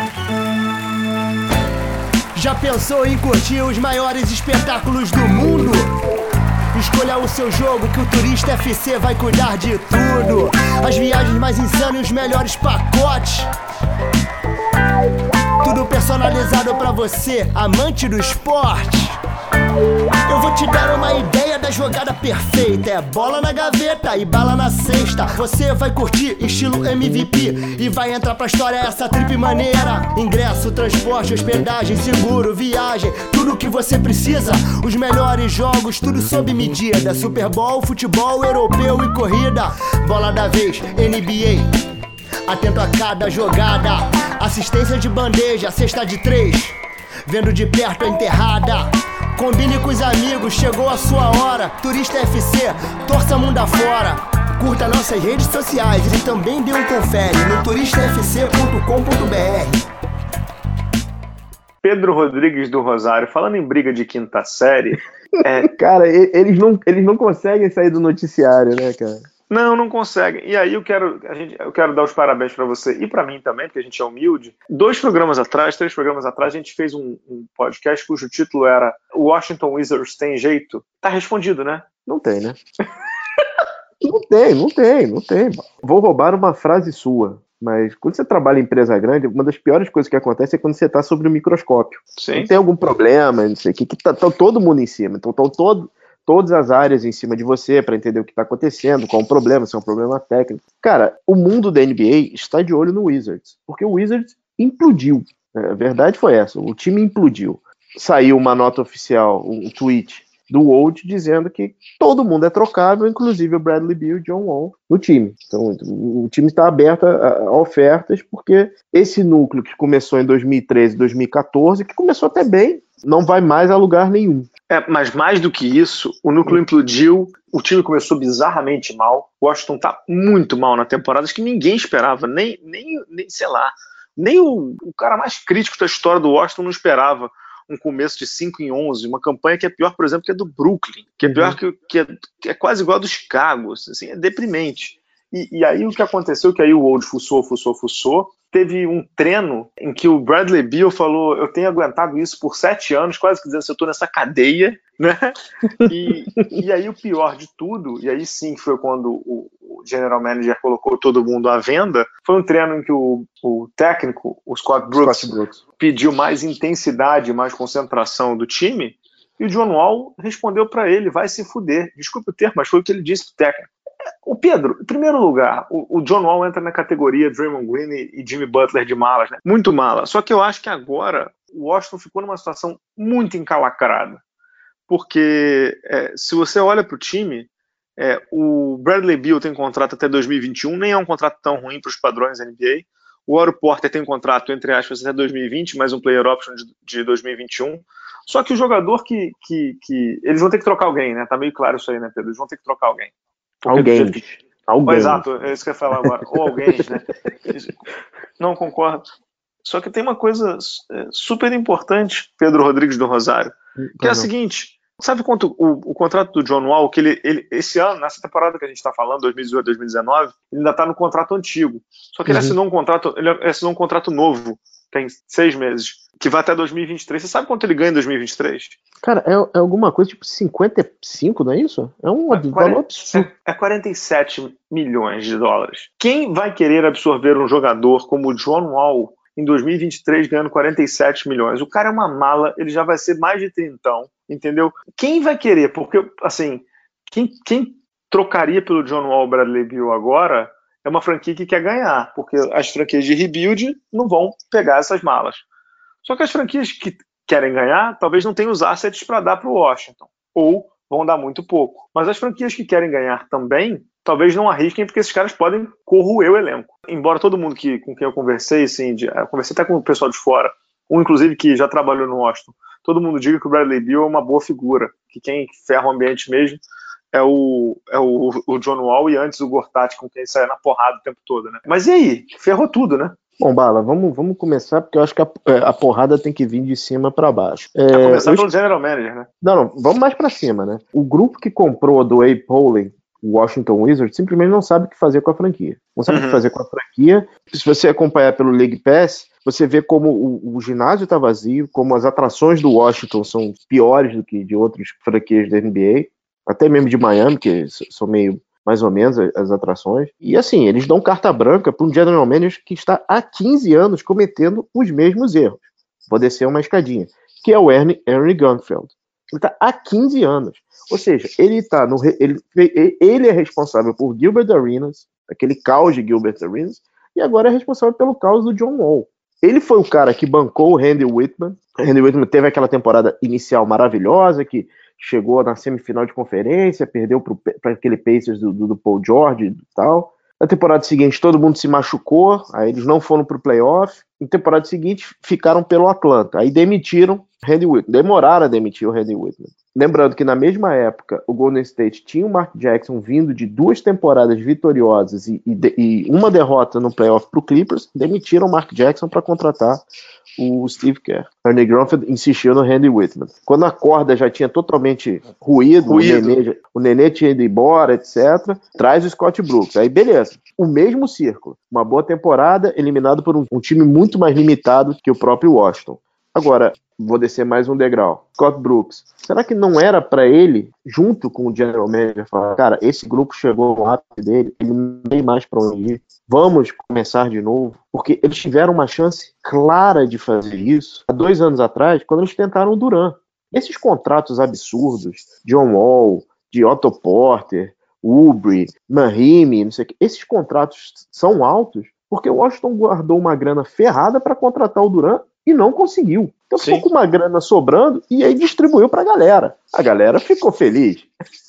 Já pensou em curtir os maiores espetáculos do mundo? Escolha o seu jogo que o Turista F C vai cuidar de tudo. As viagens mais insanas e os melhores pacotes. Tudo personalizado pra você, amante do esporte. Eu vou te dar uma ideia da jogada perfeita. É bola na gaveta e bala na cesta. Você vai curtir estilo M V P e vai entrar pra história essa trip maneira. Ingresso, transporte, hospedagem, seguro, viagem, tudo que você precisa. Os melhores jogos, tudo sob medida. Super Bowl, futebol, europeu e corrida. Bola da vez, N B A. Atento a cada jogada. Assistência de bandeja, cesta de três. Vendo de perto a enterrada. Combine com os amigos, chegou a sua hora. Turista F C, torça mundo afora. Curta nossas redes sociais e também dê um confere no turista f c ponto com ponto b r. Pedro Rodrigues do Rosário, falando em briga de quinta série... É... Cara, eles não, eles não conseguem sair do noticiário, né, cara? Não, não conseguem. E aí eu quero, a gente, eu quero dar os parabéns para você e para mim também, porque a gente é humilde. Dois programas atrás, três programas atrás, a gente fez um, um podcast cujo título era Washington Wizards tem jeito? Tá respondido, né? Não tem, né? Não tem, não tem, não tem. Vou roubar uma frase sua, mas quando você trabalha em empresa grande, uma das piores coisas que acontece é quando você tá sobre o microscópio. Sim. Não tem algum problema, não sei o que, que tá, tá todo mundo em cima. Então estão todo... todas as áreas em cima de você para entender o que está acontecendo, qual é o problema, se é um problema técnico. Cara, o mundo da N B A está de olho no Wizards, porque o Wizards implodiu. A verdade foi essa, o time implodiu. Saiu uma nota oficial, um tweet do Woj dizendo que todo mundo é trocável, inclusive o Bradley Beal e o John Wall no time. Então o time está aberto a, a ofertas, porque esse núcleo que começou em dois mil e treze, dois mil e quatorze, que começou até bem, não vai mais a lugar nenhum. É, mas mais do que isso, o núcleo implodiu, o time começou bizarramente mal, o Washington tá muito mal na temporada, acho que ninguém esperava, nem, nem, nem sei lá, nem o, o cara mais crítico da história do Washington não esperava um começo de cinco em onze, uma campanha que é pior, por exemplo, que a do Brooklyn, que é pior uhum. que, que, é, que é quase igual a do Chicago, assim, é deprimente. E, e aí o que aconteceu, que aí o Woj fuçou, fuçou, fuçou, teve um treino em que o Bradley Beal falou, eu tenho aguentado isso por sete anos, quase que dizendo assim, eu tô nessa cadeia, né? E, e aí o pior de tudo, e aí sim foi quando o, o general manager colocou todo mundo à venda, foi um treino em que o, o técnico, o Scott Brooks, Scott Brooks, pediu mais intensidade, mais concentração do time, e o John Wall respondeu para ele, vai se fuder. Desculpe o termo, mas foi o que ele disse pro técnico. O Pedro, em primeiro lugar, o, o John Wall entra na categoria Draymond Green e, e Jimmy Butler de malas, né? Muito mala. Só que eu acho que agora o Washington ficou numa situação muito encalacrada. Porque é, se você olha para o time, é, o Bradley Beal tem contrato até dois mil e vinte e um, nem é um contrato tão ruim para os padrões da N B A. O Otto Porter tem um contrato, entre aspas, até dois mil e vinte, mais um player option de, de dois mil e vinte e um. Só que o jogador que, que, que... Eles vão ter que trocar alguém, né? Tá meio claro isso aí, né, Pedro? Eles vão ter que trocar alguém. Alguém. Que... Alguém. Exato, é isso que eu ia falar agora. Ou alguém, né? Não concordo. Só que tem uma coisa super importante, Pedro Rodrigues do Rosário, que é a seguinte: sabe quanto o, o contrato do John Wall, que ele, ele, esse ano, nessa temporada que a gente está falando, dois mil e dezoito, dois mil e dezenove, ele ainda está no contrato antigo. Só que ele, uhum. assinou um contrato, ele assinou um contrato novo, tem seis meses, que vai até dois mil e vinte e três. Você sabe quanto ele ganha em dois mil e vinte e três? Cara, é, é alguma coisa tipo cinquenta e cinco, não é isso? É um é valor absurdo. É, é quarenta e sete milhões de dólares. Quem vai querer absorver um jogador como o John Wall em dois mil e vinte e três ganhando quarenta e sete milhões? O cara é uma mala, ele já vai ser mais de trintão, entendeu? Quem vai querer? Porque, assim, quem, quem trocaria pelo John Wall Bradley Beal agora é uma franquia que quer ganhar, porque as franquias de rebuild não vão pegar essas malas. Só que as franquias que querem ganhar, talvez não tenham os assets para dar para o Washington, ou vão dar muito pouco. Mas as franquias que querem ganhar também, talvez não arrisquem, porque esses caras podem corroer o elenco. Embora todo mundo que, com quem eu conversei, assim, de, eu conversei até com o pessoal de fora, um inclusive que já trabalhou no Washington, todo mundo diga que o Bradley Beal é uma boa figura, que quem ferra o ambiente mesmo é o, é o, o John Wall e antes o Gortat, com quem sai na porrada o tempo todo, né? Mas e aí? Ferrou tudo, né? Bom, Bala, vamos, vamos começar, porque eu acho que a, a porrada tem que vir de cima para baixo. É, Vai começar eu... pelo General Manager, né? Não, não, vamos mais para cima, né? O grupo que comprou do Abe Pollin, o Washington Wizards, simplesmente não sabe o que fazer com a franquia. Não sabe uhum. o que fazer com a franquia. Se você acompanhar pelo League Pass, você vê como o, o ginásio está vazio, como as atrações do Washington são piores do que de outras franquias da N B A, até mesmo de Miami, que são meio mais ou menos as atrações. E assim, eles dão carta branca para um general manager que está há quinze anos cometendo os mesmos erros. Vou descer uma escadinha. Que é o Ernie, Ernie Grunfeld. Ele está há quinze anos. Ou seja, ele, tá no, ele, ele é responsável por Gilbert Arenas, aquele caos de Gilbert Arenas, e agora é responsável pelo caos do John Wall. Ele foi o cara que bancou o Randy Whitman. O Randy Whitman teve aquela temporada inicial maravilhosa, que chegou na semifinal de conferência, perdeu para aquele Pacers do, do, do Paul George e tal. Na temporada seguinte, todo mundo se machucou, aí eles não foram para o playoff. Na temporada seguinte, ficaram pelo Atlanta. Aí demitiram o Randy Whitman. Demoraram a demitir o Randy Whitman. Lembrando que na mesma época, o Golden State tinha o Mark Jackson vindo de duas temporadas vitoriosas e, e, de, e uma derrota no playoff para o Clippers. Demitiram o Mark Jackson para contratar o Steve Kerr. Ernie Grunfeld insistiu no Randy Whitman. Quando a corda já tinha totalmente ruído, ruído. O, Nenê, o Nenê tinha ido embora, etcétera, traz o Scott Brooks. Aí beleza, o mesmo círculo. Uma boa temporada, eliminado por um, um time muito mais limitado que o próprio Washington. Agora, vou descer mais um degrau. Scott Brooks. Será que não era para ele, junto com o General Manager, falar, cara, esse grupo chegou ao ápice dele, ele não tem mais para onde ir, vamos começar de novo? Porque eles tiveram uma chance clara de fazer isso há dois anos atrás, quando eles tentaram o Durant. Esses contratos absurdos, John Wall, de Otto Porter, Oubre, Mahimi, não sei o que, esses contratos são altos porque o Washington guardou uma grana ferrada para contratar o Durant e não conseguiu. Então ficou com uma grana sobrando e aí distribuiu para a galera. A galera ficou feliz.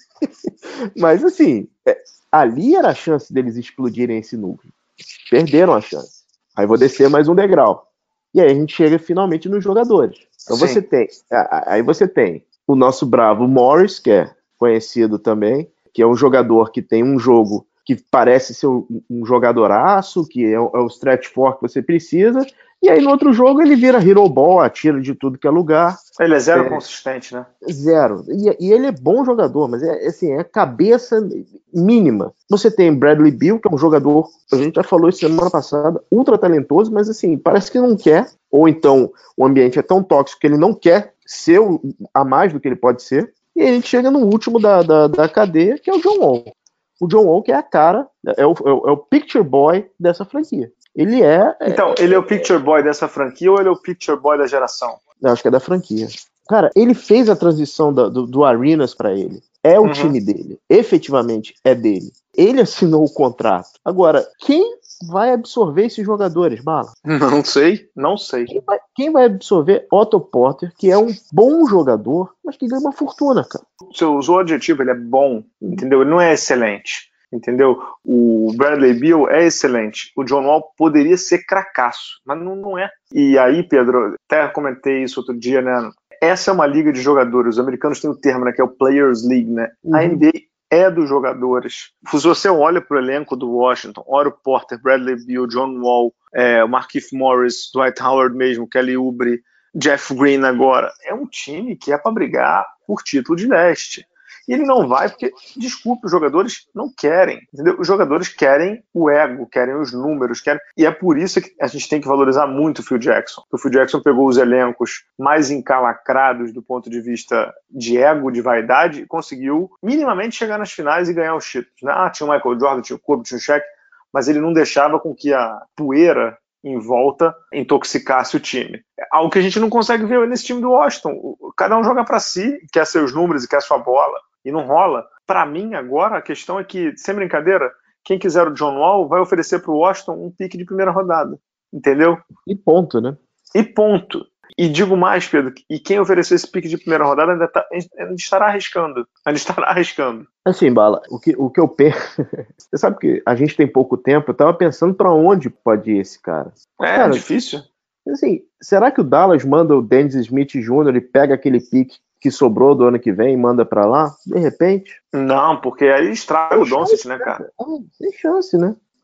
Mas assim, é, ali era a chance deles explodirem esse núcleo. Perderam a chance. Aí vou descer mais um degrau. E aí a gente chega finalmente nos jogadores. Então você tem, aí você tem o nosso bravo Morris, que é conhecido também, que é um jogador que tem um jogo que parece ser um jogadoraço, que é o, é o stretch four que você precisa, e aí no outro jogo ele vira hero ball, atira de tudo que é lugar. Ele é zero é, consistente, né? Zero. E, e ele é bom jogador, mas é assim, é cabeça mínima. Você tem Bradley Beal, que é um jogador, a gente já falou isso semana passada, ultra talentoso, mas assim, parece que não quer, ou então o ambiente é tão tóxico que ele não quer ser o, a mais do que ele pode ser, e aí a gente chega no último da, da, da cadeia, que é o John Wall. O John Wall que é a cara, é o, é o, é o picture boy dessa franquia. Ele é... Então, é, ele é o picture boy dessa franquia ou ele é o picture boy da geração? Eu acho que é da franquia. Cara, ele fez a transição do, do, do Arenas pra ele. É o uhum. time dele. Efetivamente é dele. Ele assinou o contrato. Agora, quem vai absorver esses jogadores, Bala? Não sei, não sei. Quem vai, quem vai absorver Otto Porter, que é um bom jogador, mas que ganha uma fortuna, cara? Você usou o adjetivo, ele é bom, entendeu? Ele não é excelente, entendeu? O Bradley Beal é excelente. O John Wall poderia ser cracaço, mas não, não é. E aí, Pedro, até comentei isso outro dia, né? Essa é uma liga de jogadores. Os americanos têm o termo, né? Que é o Players League, né? Uhum. A N B A é dos jogadores. Se você olha para o elenco do Washington, olha o Porter, Bradley Beal, John Wall, é, o Markieff Morris, Dwight Howard mesmo, Kelly Oubre, Jeff Green agora, é um time que é para brigar por título de leste. E ele não vai porque, desculpe, os jogadores não querem, entendeu? Os jogadores querem o ego, querem os números, querem... E é por isso que a gente tem que valorizar muito o Phil Jackson. O Phil Jackson pegou os elencos mais encalacrados do ponto de vista de ego, de vaidade, e conseguiu minimamente chegar nas finais e ganhar os títulos. Né? Ah, tinha o Michael Jordan, tinha o Kobe, tinha o Shaq, mas ele não deixava com que a poeira em volta intoxicasse o time. Algo que a gente não consegue ver nesse time do Washington. Cada um joga para si, quer seus números e quer sua bola. E não rola. Para mim, agora, a questão é que, sem brincadeira, quem quiser o John Wall vai oferecer para o Washington um pique de primeira rodada. Entendeu? E ponto, né? E ponto. E digo mais, Pedro, e quem oferecer esse pique de primeira rodada ainda, tá, ainda estará arriscando. Ainda estará arriscando. Assim, Bala, o que, o que eu penso... Você sabe que a gente tem pouco tempo, eu tava pensando para onde pode ir esse cara. É, cara, difícil. Assim, será que o Dallas manda o Dennis Smith Júnior e pega aquele pique que sobrou do ano que vem e manda pra lá, de repente? Não, porque aí estraga o Doncic, né, cara? Ah, tem chance, né?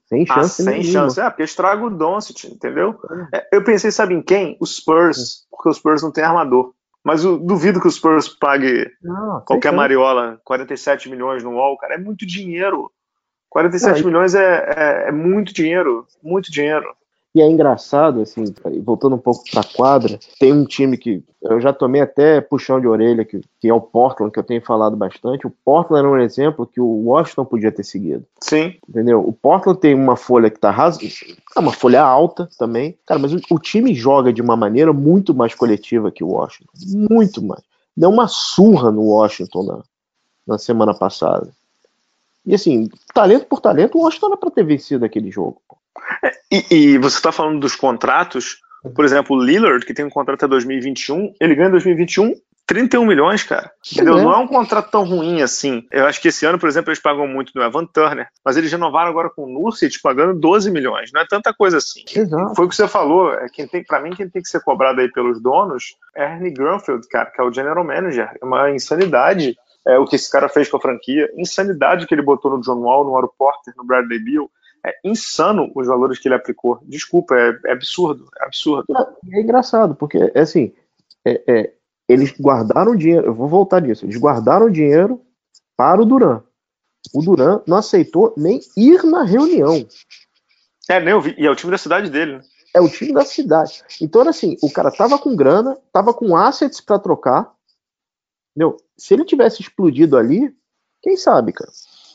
Sem Ah, chance sem nenhuma. chance. É, porque estraga o Doncic, entendeu? É, eu pensei, sabe em quem? Os Spurs, porque os Spurs não tem armador. Mas eu duvido que os Spurs pague Não, sem qualquer chance. mariola, quarenta e sete milhões no wall, cara, é muito dinheiro. quarenta e sete Não, e- milhões é, é, é muito dinheiro, muito dinheiro. E é engraçado, assim, voltando um pouco pra quadra, tem um time que eu já tomei até puxão de orelha, que, que é o Portland, que eu tenho falado bastante. O Portland era um exemplo que o Washington podia ter seguido. Sim. Entendeu? O Portland tem uma folha que tá rasa, é uma folha alta também. Cara, mas o, o time joga de uma maneira muito mais coletiva que o Washington. Muito mais. Deu uma surra no Washington na, na semana passada. E assim, talento por talento, o Washington era pra ter vencido aquele jogo. Pô. E, e você está falando dos contratos, por exemplo, o Lillard, que tem um contrato até dois mil e vinte e um, ele ganha em dois mil e vinte e um trinta e um milhões, cara. Entendeu? É. Não é um contrato tão ruim assim. Eu acho que esse ano, por exemplo, eles pagam muito no Evan Turner, mas eles renovaram agora com o Nurkic pagando doze milhões. Não é tanta coisa assim. Exato. Foi o que você falou. É, quem tem, pra mim, quem tem que ser cobrado aí pelos donos é Ernie Grunfeld, cara, que é o general manager. É uma insanidade é, o que esse cara fez com a franquia. Insanidade que ele botou no John Wall, no Oro Porter, no Bradley Beal. É insano os valores que ele aplicou. Desculpa, é, é absurdo. É absurdo. É engraçado, porque, assim, é, é, eles guardaram dinheiro, eu vou voltar nisso, eles guardaram dinheiro para o Duran. O Duran não aceitou nem ir na reunião. É, nem eu vi. E é o time da cidade dele, né? É o time da cidade. Então, assim, o cara tava com grana, tava com assets para trocar. Entendeu? Se ele tivesse explodido ali, quem sabe, cara?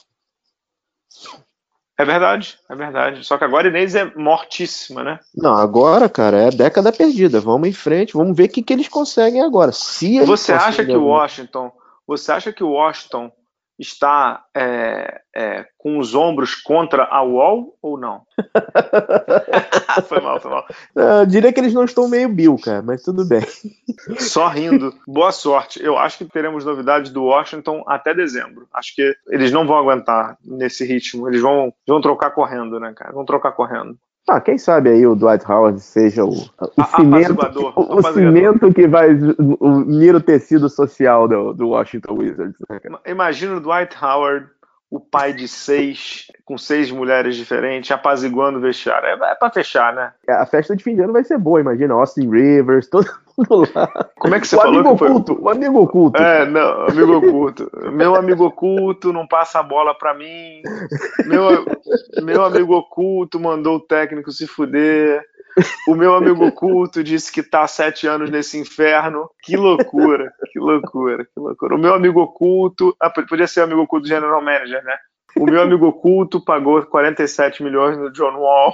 É verdade, é verdade. Só que agora a Inês é mortíssima, né? Não, agora, cara, é década perdida. Vamos em frente, vamos ver o que, que eles conseguem agora. Se eles Você acha conseguem que o agora. Washington, você acha que o Washington está é, é, com os ombros contra a Wall ou não? Foi mal, foi mal. Eu diria que eles não estão meio Bill, cara, mas tudo bem. Só rindo. Boa sorte. Eu acho que teremos novidades do Washington até dezembro. Acho que eles não vão aguentar nesse ritmo. Eles vão, vão trocar correndo, né, cara? Vão trocar correndo. Ah, quem sabe aí o Dwight Howard seja o, o A- cimento, apaziguador, o, o apaziguador. cimento que vai unir o tecido social do, do Washington Wizards. Né, cara? Imagina o Dwight Howard, o pai de seis, com seis mulheres diferentes, apaziguando o vestiário. É, é pra fechar, né? A festa de fim de ano vai ser boa, imagina. Austin Rivers, todo mundo lá. Como é que você o falou amigo que foi? oculto, o amigo oculto. É, não, amigo oculto. Meu amigo oculto não passa a bola pra mim. Meu, meu amigo oculto mandou o técnico se fuder. O meu amigo oculto disse que tá há sete anos nesse inferno. Que loucura, que loucura, que loucura. O meu amigo oculto, ah, podia ser o amigo oculto general manager, né? O meu amigo oculto pagou quarenta e sete milhões no John Wall.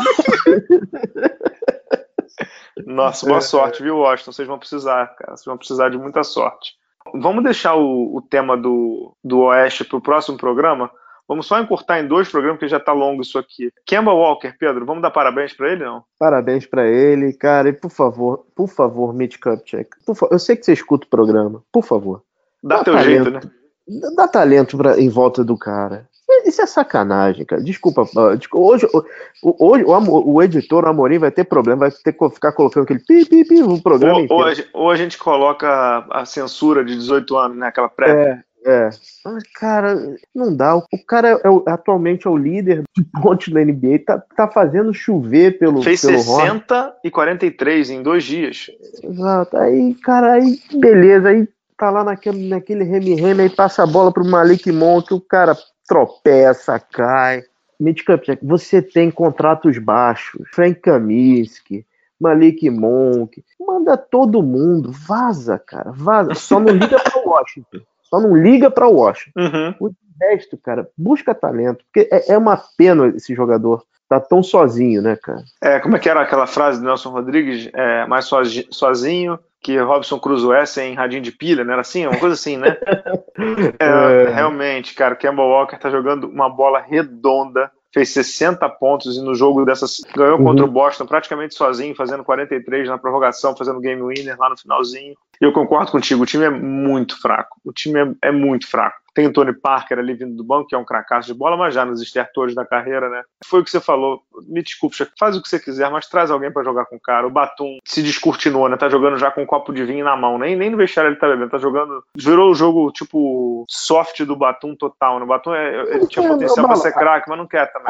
Nossa, boa sorte, viu, Washington? Vocês vão precisar, cara. Vocês vão precisar de muita sorte. Vamos deixar o, o tema do, do Oeste para o próximo programa? Vamos só encurtar em dois programas, porque já tá longo isso aqui. Kemba Walker, Pedro, vamos dar parabéns para ele, não? Parabéns pra ele, cara. E por favor, por favor, Mitch Kupchak. Por fa- Eu sei que você escuta o programa. Por favor. Dá Dá teu talento. jeito, né? Dá dá talento pra, em volta do cara. Isso é sacanagem, cara. Desculpa. ah, desculpa, Hoje, o- hoje o, Amo- o editor, o Amorim, vai ter problema. Vai ter que ficar colocando aquele pi, pi, pi no programa Ou, inteiro. ou, a, gen- ou a gente coloca a censura de dezoito anos, né? Aquela pré. É, é. Mas, cara, não dá. O cara é o- atualmente é o líder de pontos da N B A. Tá, tá fazendo chover pelo, Fez pelo Hornets. sessenta e quarenta e três em dois dias. Exato. Aí, cara, aí, beleza. Aí tá lá naquele, naquele reme-reme, aí passa a bola pro Malik Monk, o cara tropeça, cai. Mitch Kupchak, você tem contratos baixos. Frank Kaminsky, Malik Monk. Manda todo mundo. Vaza, cara. Vaza. Só não liga pra Washington. Só não liga pra Washington. Uhum. O resto, cara, busca talento. Porque é, é uma pena esse jogador tá tão sozinho, né, cara? É, como é que era aquela frase do Nelson Rodrigues? É, mais sozi- sozinho que Robson Crusoe sem radinho de pilha, não era assim? Uma coisa assim, né? É, realmente, cara, Kemba Walker tá jogando uma bola redonda, fez sessenta pontos e no jogo dessas ganhou contra Uhum. o Boston praticamente sozinho, fazendo quarenta e três na prorrogação, fazendo game winner lá no finalzinho. E eu concordo contigo, o time é muito fraco. O time é, é muito fraco. Tem o Tony Parker ali vindo do banco, que é um cracaço de bola, mas já nos estertores da carreira, né? Foi o que você falou. Me desculpe, faz o que você quiser, mas traz alguém pra jogar com o cara. O Batum se descortinou, né? Tá jogando já com um copo de vinho na mão. Nem, nem no vestiário ele tá bebendo, tá jogando. Virou o jogo, tipo, soft do Batum total, né? O Batum é, ele tinha É, potencial Bala, pra ser craque, mas não quer também, né?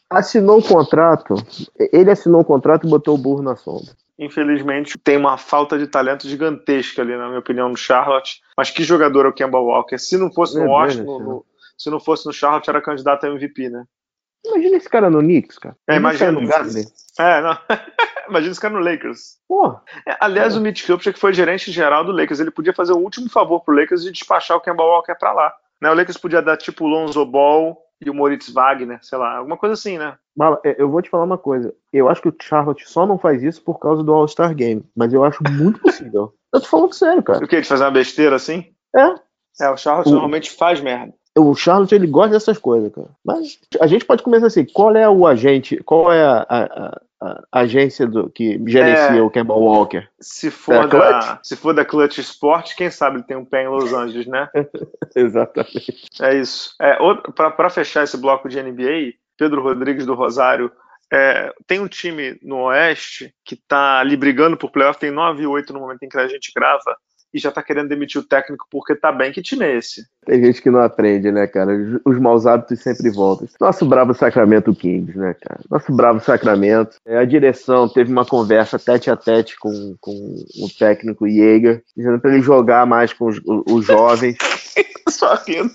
Assinou o contrato, ele assinou o contrato e botou o burro na sombra. Infelizmente, tem uma falta de talento gigantesca ali, na minha opinião, no Charlotte. Mas que jogador é o Kemba Walker? Se não fosse no Meu Washington, Deus, no, se não fosse no Charlotte, era candidato a M V P, né? Imagina esse cara no Knicks, cara. É, imagina no Gardner. É, não. Imagina esse cara no Lakers. Porra. É, aliás, é. o Mitch Kupchak, que foi gerente geral do Lakers, ele podia fazer o último favor pro Lakers de despachar o Kemba Walker pra lá. Né? O Lakers podia dar tipo o Lonzo Ball e o Moritz Wagner, sei lá, alguma coisa assim, né? Bala, eu vou te falar uma coisa. Eu acho que o Charlotte só não faz isso por causa do All-Star Game. Mas eu acho muito possível. Eu tô falando sério, cara. O que? De fazer uma besteira assim? É. É, o Charlotte o... normalmente faz merda. O Charlotte, ele gosta dessas coisas, cara. Mas a gente pode começar assim. Qual é o agente, qual é a, a, a, a agência do, que gerencia é, o Kemba Walker? Se for, da, se for da Clutch Sports, quem sabe ele tem um pé em Los Angeles, né? Exatamente. É isso. É, para fechar esse bloco de N B A, Pedro Rodrigues do Rosário, é, tem um time no Oeste que tá ali brigando por playoff, tem nove e oito no momento em que a gente grava, e já tá querendo demitir o técnico porque tá bem. Que time é esse? Tem gente que não aprende, né, cara? Os maus hábitos sempre voltam. Nosso bravo Sacramento Kings, né, cara? Nosso bravo Sacramento. A direção teve uma conversa tete a tete com, com o técnico Jaeger, dizendo pra ele jogar mais com os, os jovens. Só rindo.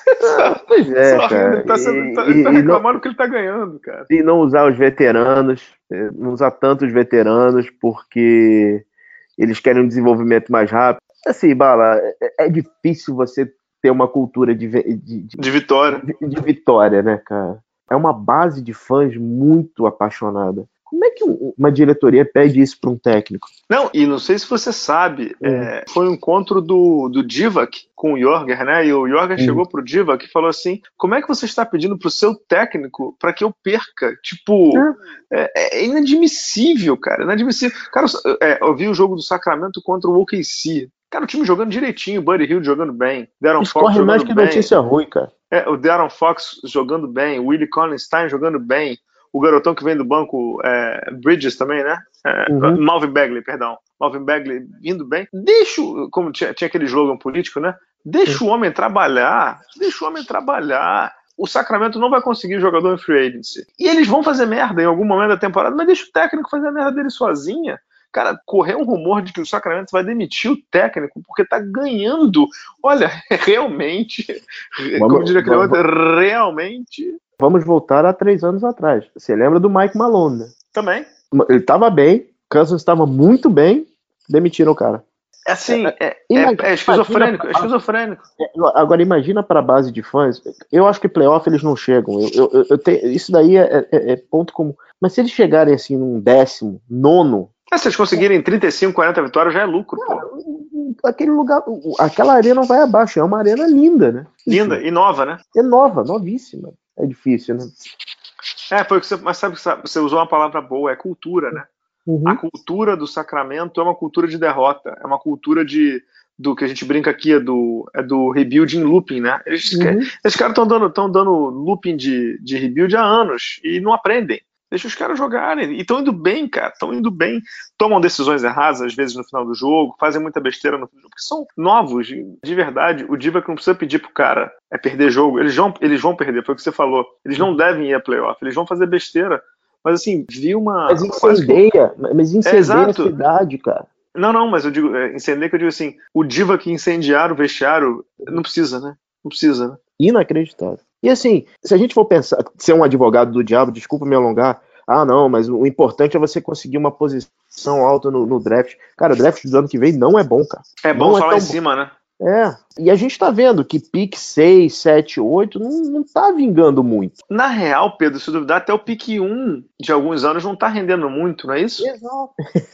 Ah, pois é, Só cara. Rindo. Ele tá, sendo, e, tá, ele tá reclamando não, que ele tá ganhando, cara. E não usar os veteranos, não usar tantos veteranos, porque eles querem um desenvolvimento mais rápido. Assim, Bala, é, é difícil você ter uma cultura de, de, de, de vitória. De, de vitória, né, cara? É uma base de fãs muito apaixonada. Como é que uma diretoria pede isso para um técnico? Não, e não sei se você sabe, uhum. é, foi um encontro do, do Divac com o Jorger, né? E o Jorger uhum. chegou pro Divac e falou assim: como é que você está pedindo pro seu técnico para que eu perca? Tipo, uhum. é, é inadmissível, cara. Inadmissível. Cara, é, eu vi o jogo do Sacramento contra o O K C. Cara, o time jogando direitinho, Buddy Hield jogando bem, De'Aaron Fox jogando mais que bem. Notícia ruim, cara. É, o De'Aaron Fox jogando bem, o Willie Collins-Stein jogando bem. O garotão que vem do banco, é, Bridges também, né? É, uhum. Malvin Bagley, perdão. Malvin Bagley vindo bem. Deixa, como tinha, tinha aquele slogan político, né? Deixa uhum. o homem trabalhar. Deixa o homem trabalhar. O Sacramento não vai conseguir jogador em free agency. E eles vão fazer merda em algum momento da temporada, mas deixa o técnico fazer a merda dele sozinha. Cara, correu um rumor de que o Sacramento vai demitir o técnico porque tá ganhando. Olha, realmente, vamos, como diria aquele vamos, outro, realmente... Vamos voltar a três anos atrás. Você lembra do Mike Malone, né? Também. Ele tava bem, Cousins estava muito bem, demitiram o cara. É assim, é, é, imagina, é esquizofrênico, é esquizofrênico. Agora imagina para a base de fãs, eu acho que playoff eles não chegam, eu, eu, eu tenho, isso daí é, é, é ponto comum, mas se eles chegarem assim num décimo, nono... É, se eles conseguirem trinta e cinco, quarenta vitórias já é lucro, pô. Aquele lugar, aquela arena vai abaixo, é uma arena linda, né? Linda, isso. E nova, né? É nova, novíssima. É difícil, né? É, foi o que você, mas sabe que você usou uma palavra boa, é cultura, né? Uhum. A cultura do Sacramento é uma cultura de derrota, é uma cultura de, do que a gente brinca aqui, é do, é do rebuilding looping, né? Eles, uhum. Esses caras estão dando, dando looping de, de rebuild há anos e não aprendem. Deixa os caras jogarem. E estão indo bem, cara. Estão indo bem. Tomam decisões erradas, às vezes, no final do jogo. Fazem muita besteira no final do jogo. Porque são novos, de verdade. O Divac não precisa pedir pro cara é perder jogo. Eles vão, eles vão perder, foi o que você falou. Eles não devem ir a playoff. Eles vão fazer besteira. Mas, assim, vi uma... Mas incendeia. Mas incendeia é, a cidade, cara. Não, não, mas eu digo... É, incendeia que eu digo assim... O Divac incendiar o vestiário... Não precisa, né? Não precisa, né? Inacreditável. E assim, se a gente for pensar, ser um advogado do diabo, desculpa me alongar, ah não, mas o importante é você conseguir uma posição alta no, no draft. Cara, o draft do ano que vem não é bom, cara. É bom não só é lá em bom. cima, né? É, e a gente tá vendo que pique seis, sete, oito não, não tá vingando muito. Na real, Pedro, se duvidar, até o pique um de alguns anos não tá rendendo muito, não é isso? Exato.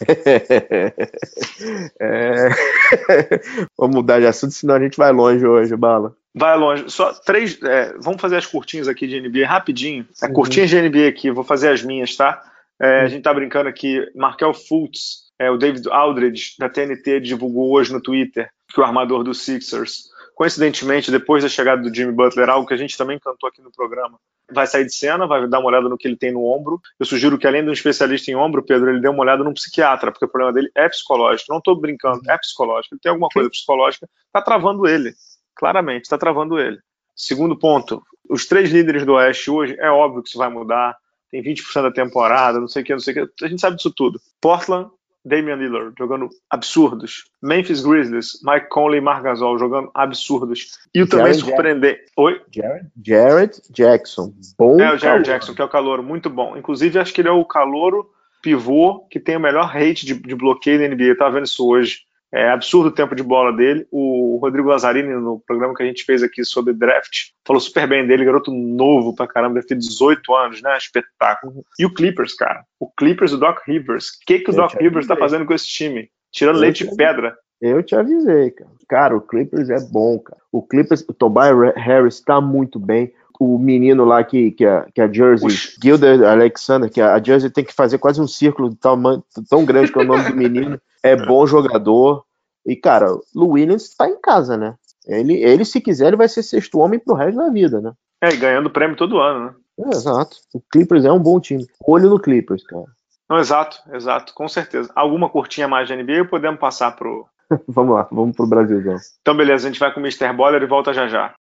é... Vamos mudar de assunto, senão a gente vai longe hoje, Bala. Vai longe. Só três. É, vamos fazer as curtinhas aqui de N B A rapidinho. É, uhum. Curtinhas de N B A aqui, vou fazer as minhas, tá? É, uhum. A gente tá brincando aqui. Markel Fultz, é, o David Aldridge, da T N T, divulgou hoje no Twitter que o armador dos Sixers, coincidentemente, depois da chegada do Jimmy Butler, algo que a gente também cantou aqui no programa, vai sair de cena, vai dar uma olhada no que ele tem no ombro. Eu sugiro que, além de um especialista em ombro, Pedro, ele dê uma olhada num psiquiatra, porque o problema dele é psicológico. Não tô brincando, é psicológico. Ele tem alguma coisa psicológica, tá travando ele. Claramente, está travando ele. Segundo ponto, os três líderes do Oeste hoje, é óbvio que isso vai mudar. tem vinte por cento da temporada, não sei o que, não sei o que. A gente sabe disso tudo. Portland, Damian Lillard jogando absurdos. Memphis Grizzlies, Mike Conley e Marc Gasol jogando absurdos. E o também surpreendente... Oi? Jared, Jared Jackson. Bom É, o Jared calouro. Jackson, que é o calouro, muito bom. Inclusive, acho que ele é o calouro pivô que tem o melhor rate de, de bloqueio da N B A. Eu tava vendo isso hoje. É absurdo o tempo de bola dele. O Rodrigo Lazzarini, no programa que a gente fez aqui sobre draft, falou super bem dele, garoto novo pra caramba, deve ter dezoito anos, né? Espetáculo. E o Clippers, cara. O Clippers do Doc Rivers. O que, que o Eu Doc te Rivers tá avisei. fazendo com esse time? Tirando Eu leite te de pedra. Eu te avisei, cara. Cara, o Clippers é bom, cara. O Clippers, o Tobias Harris tá muito bem. O menino lá que, que, a, que a Jersey, Puxa. Gilder Alexander, que a, a Jersey tem que fazer quase um círculo de tamanho tão grande que é o nome do menino. É bom jogador. E, cara, o Williams tá em casa, né? Ele, ele, se quiser, ele vai ser sexto homem pro resto da vida, né? É, e ganhando prêmio todo ano, né? É, exato. O Clippers é um bom time. Olho no Clippers, cara. Não, exato, exato, com certeza. Alguma curtinha mais de N B A ou podemos passar pro... Vamos lá, vamos pro Brasilzão. Então, beleza, a gente vai com o mister Baller e volta já já.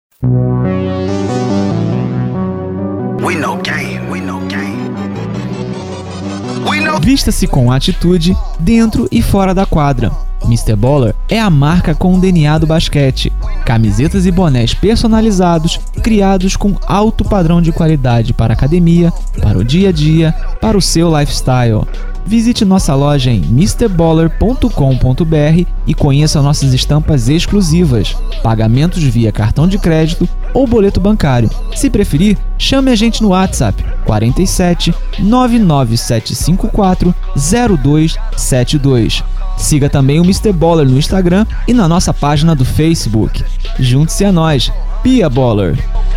We know game, we know game. We know... Vista-se com atitude dentro e fora da quadra. mister Baller é a marca com o D N A do basquete. Camisetas e bonés personalizados, criados com alto padrão de qualidade para a academia, para o dia a dia, para o seu lifestyle. Visite nossa loja em mister baller ponto com ponto b r e conheça nossas estampas exclusivas, pagamentos via cartão de crédito ou boleto bancário. Se preferir, chame a gente no WhatsApp quarenta e sete, nove nove sete cinco quatro, zero dois sete dois. Siga também o mister Baller no Instagram e na nossa página do Facebook. Junte-se a nós, Pia Baller.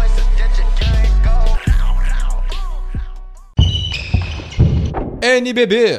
N B B.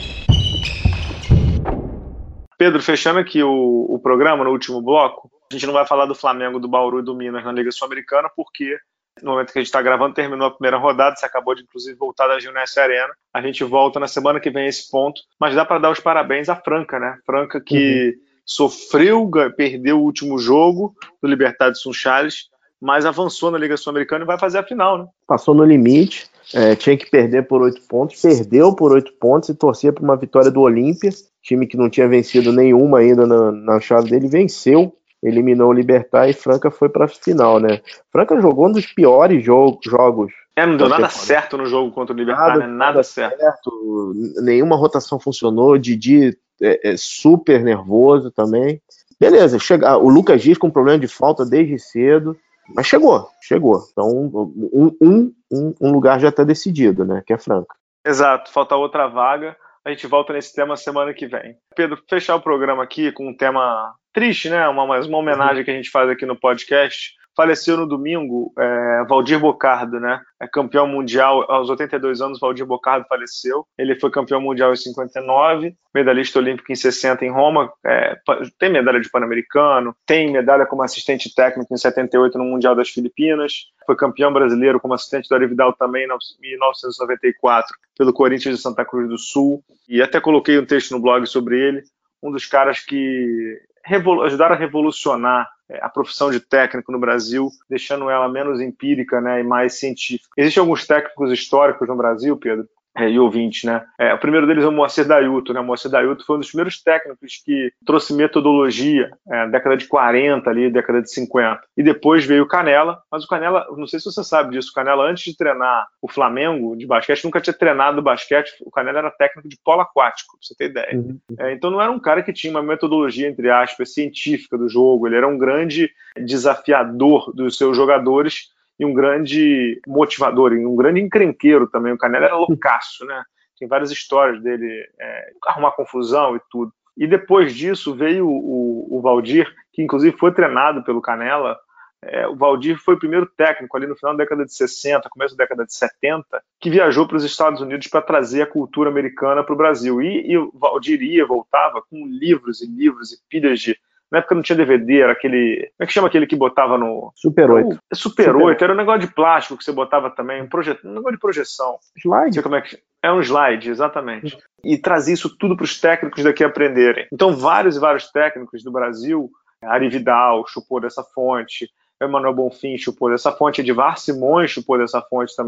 Pedro, fechando aqui o, o programa, no último bloco, a gente não vai falar do Flamengo, do Bauru e do Minas na Liga Sul-Americana, porque no momento que a gente está gravando, terminou a primeira rodada, você acabou de, inclusive, voltar da Gilness Arena. A gente volta na semana que vem a esse ponto, mas dá para dar os parabéns à Franca, né? Franca que uhum. sofreu, perdeu o último jogo do Libertad de Sunchales, mas avançou na Liga Sul-Americana e vai fazer a final, né? Passou no limite, é, tinha que perder por oito pontos, perdeu por oito pontos e torcia para uma vitória do Olímpia, time que não tinha vencido nenhuma ainda na, na chave dele, venceu, eliminou o Libertad e Franca foi para a final, né? Franca jogou um dos piores jogo, jogos. É, não deu nada certo no jogo contra o Libertad, nada, né? Nada, nada certo. certo. Nenhuma rotação funcionou, Didi é, é super nervoso também. Beleza, chega, o Lucas Dias com problema de falta desde cedo, mas chegou, chegou. Então, um, um, um, um lugar já está decidido, né? Que é Franca. Exato, falta outra vaga. A gente volta nesse tema semana que vem. Pedro, fechar o programa aqui com um tema triste, né? Uma, mais uma homenagem que a gente faz aqui no podcast. Faleceu no domingo é, Valdir Bocardo, né? É campeão mundial aos oitenta e dois anos. Valdir Bocardo faleceu. Ele foi campeão mundial em cinquenta e nove, medalhista olímpico em sessenta em Roma. É, tem medalha de Pan-Americano, tem medalha como assistente técnico em setenta e oito no Mundial das Filipinas. Foi campeão brasileiro como assistente do Arividal também em mil novecentos e noventa e quatro pelo Corinthians de Santa Cruz do Sul. E até coloquei um texto no blog sobre ele. Um dos caras que ajudaram a revolucionar a profissão de técnico no Brasil, deixando ela menos empírica, né, e mais científica. Existem alguns técnicos históricos no Brasil, Pedro, é, e ouvintes, né? É, o primeiro deles é o Moacir Dailton, né? O Moacir Dailton foi um dos primeiros técnicos que trouxe metodologia, é, década de quarenta, ali, década de cinquenta. E depois veio o Canella, mas o Canella, não sei se você sabe disso, o Canella, antes de treinar o Flamengo de basquete, nunca tinha treinado basquete. O Canella era técnico de polo aquático, pra você ter ideia. Uhum. É, então não era um cara que tinha uma metodologia, entre aspas, científica do jogo. Ele era um grande desafiador dos seus jogadores e um grande motivador, e um grande encrenqueiro também. O Canella era loucaço, né? Tem várias histórias dele, é, arrumar confusão e tudo. E depois disso veio o, o, o Valdir, que inclusive foi treinado pelo Canella. É, o Valdir foi o primeiro técnico ali no final da década de sessenta, começo da década de setenta, que viajou para os Estados Unidos para trazer a cultura americana para o Brasil. E, e o Valdir ia, voltava com livros e livros e pilhas de... Na época não tinha D V D, era aquele... Como é que chama aquele que botava no... Super oito. O, Super oito, era um negócio de plástico que você botava também, um, proje... um negócio de projeção. Slide. Não sei como é que... É um slide, exatamente. E trazia isso tudo para os técnicos daqui aprenderem. Então vários e vários técnicos do Brasil, Ari Vidal chupou dessa fonte, Emanuel Bonfim chupou dessa fonte, Edivar Simões chupou dessa fonte também.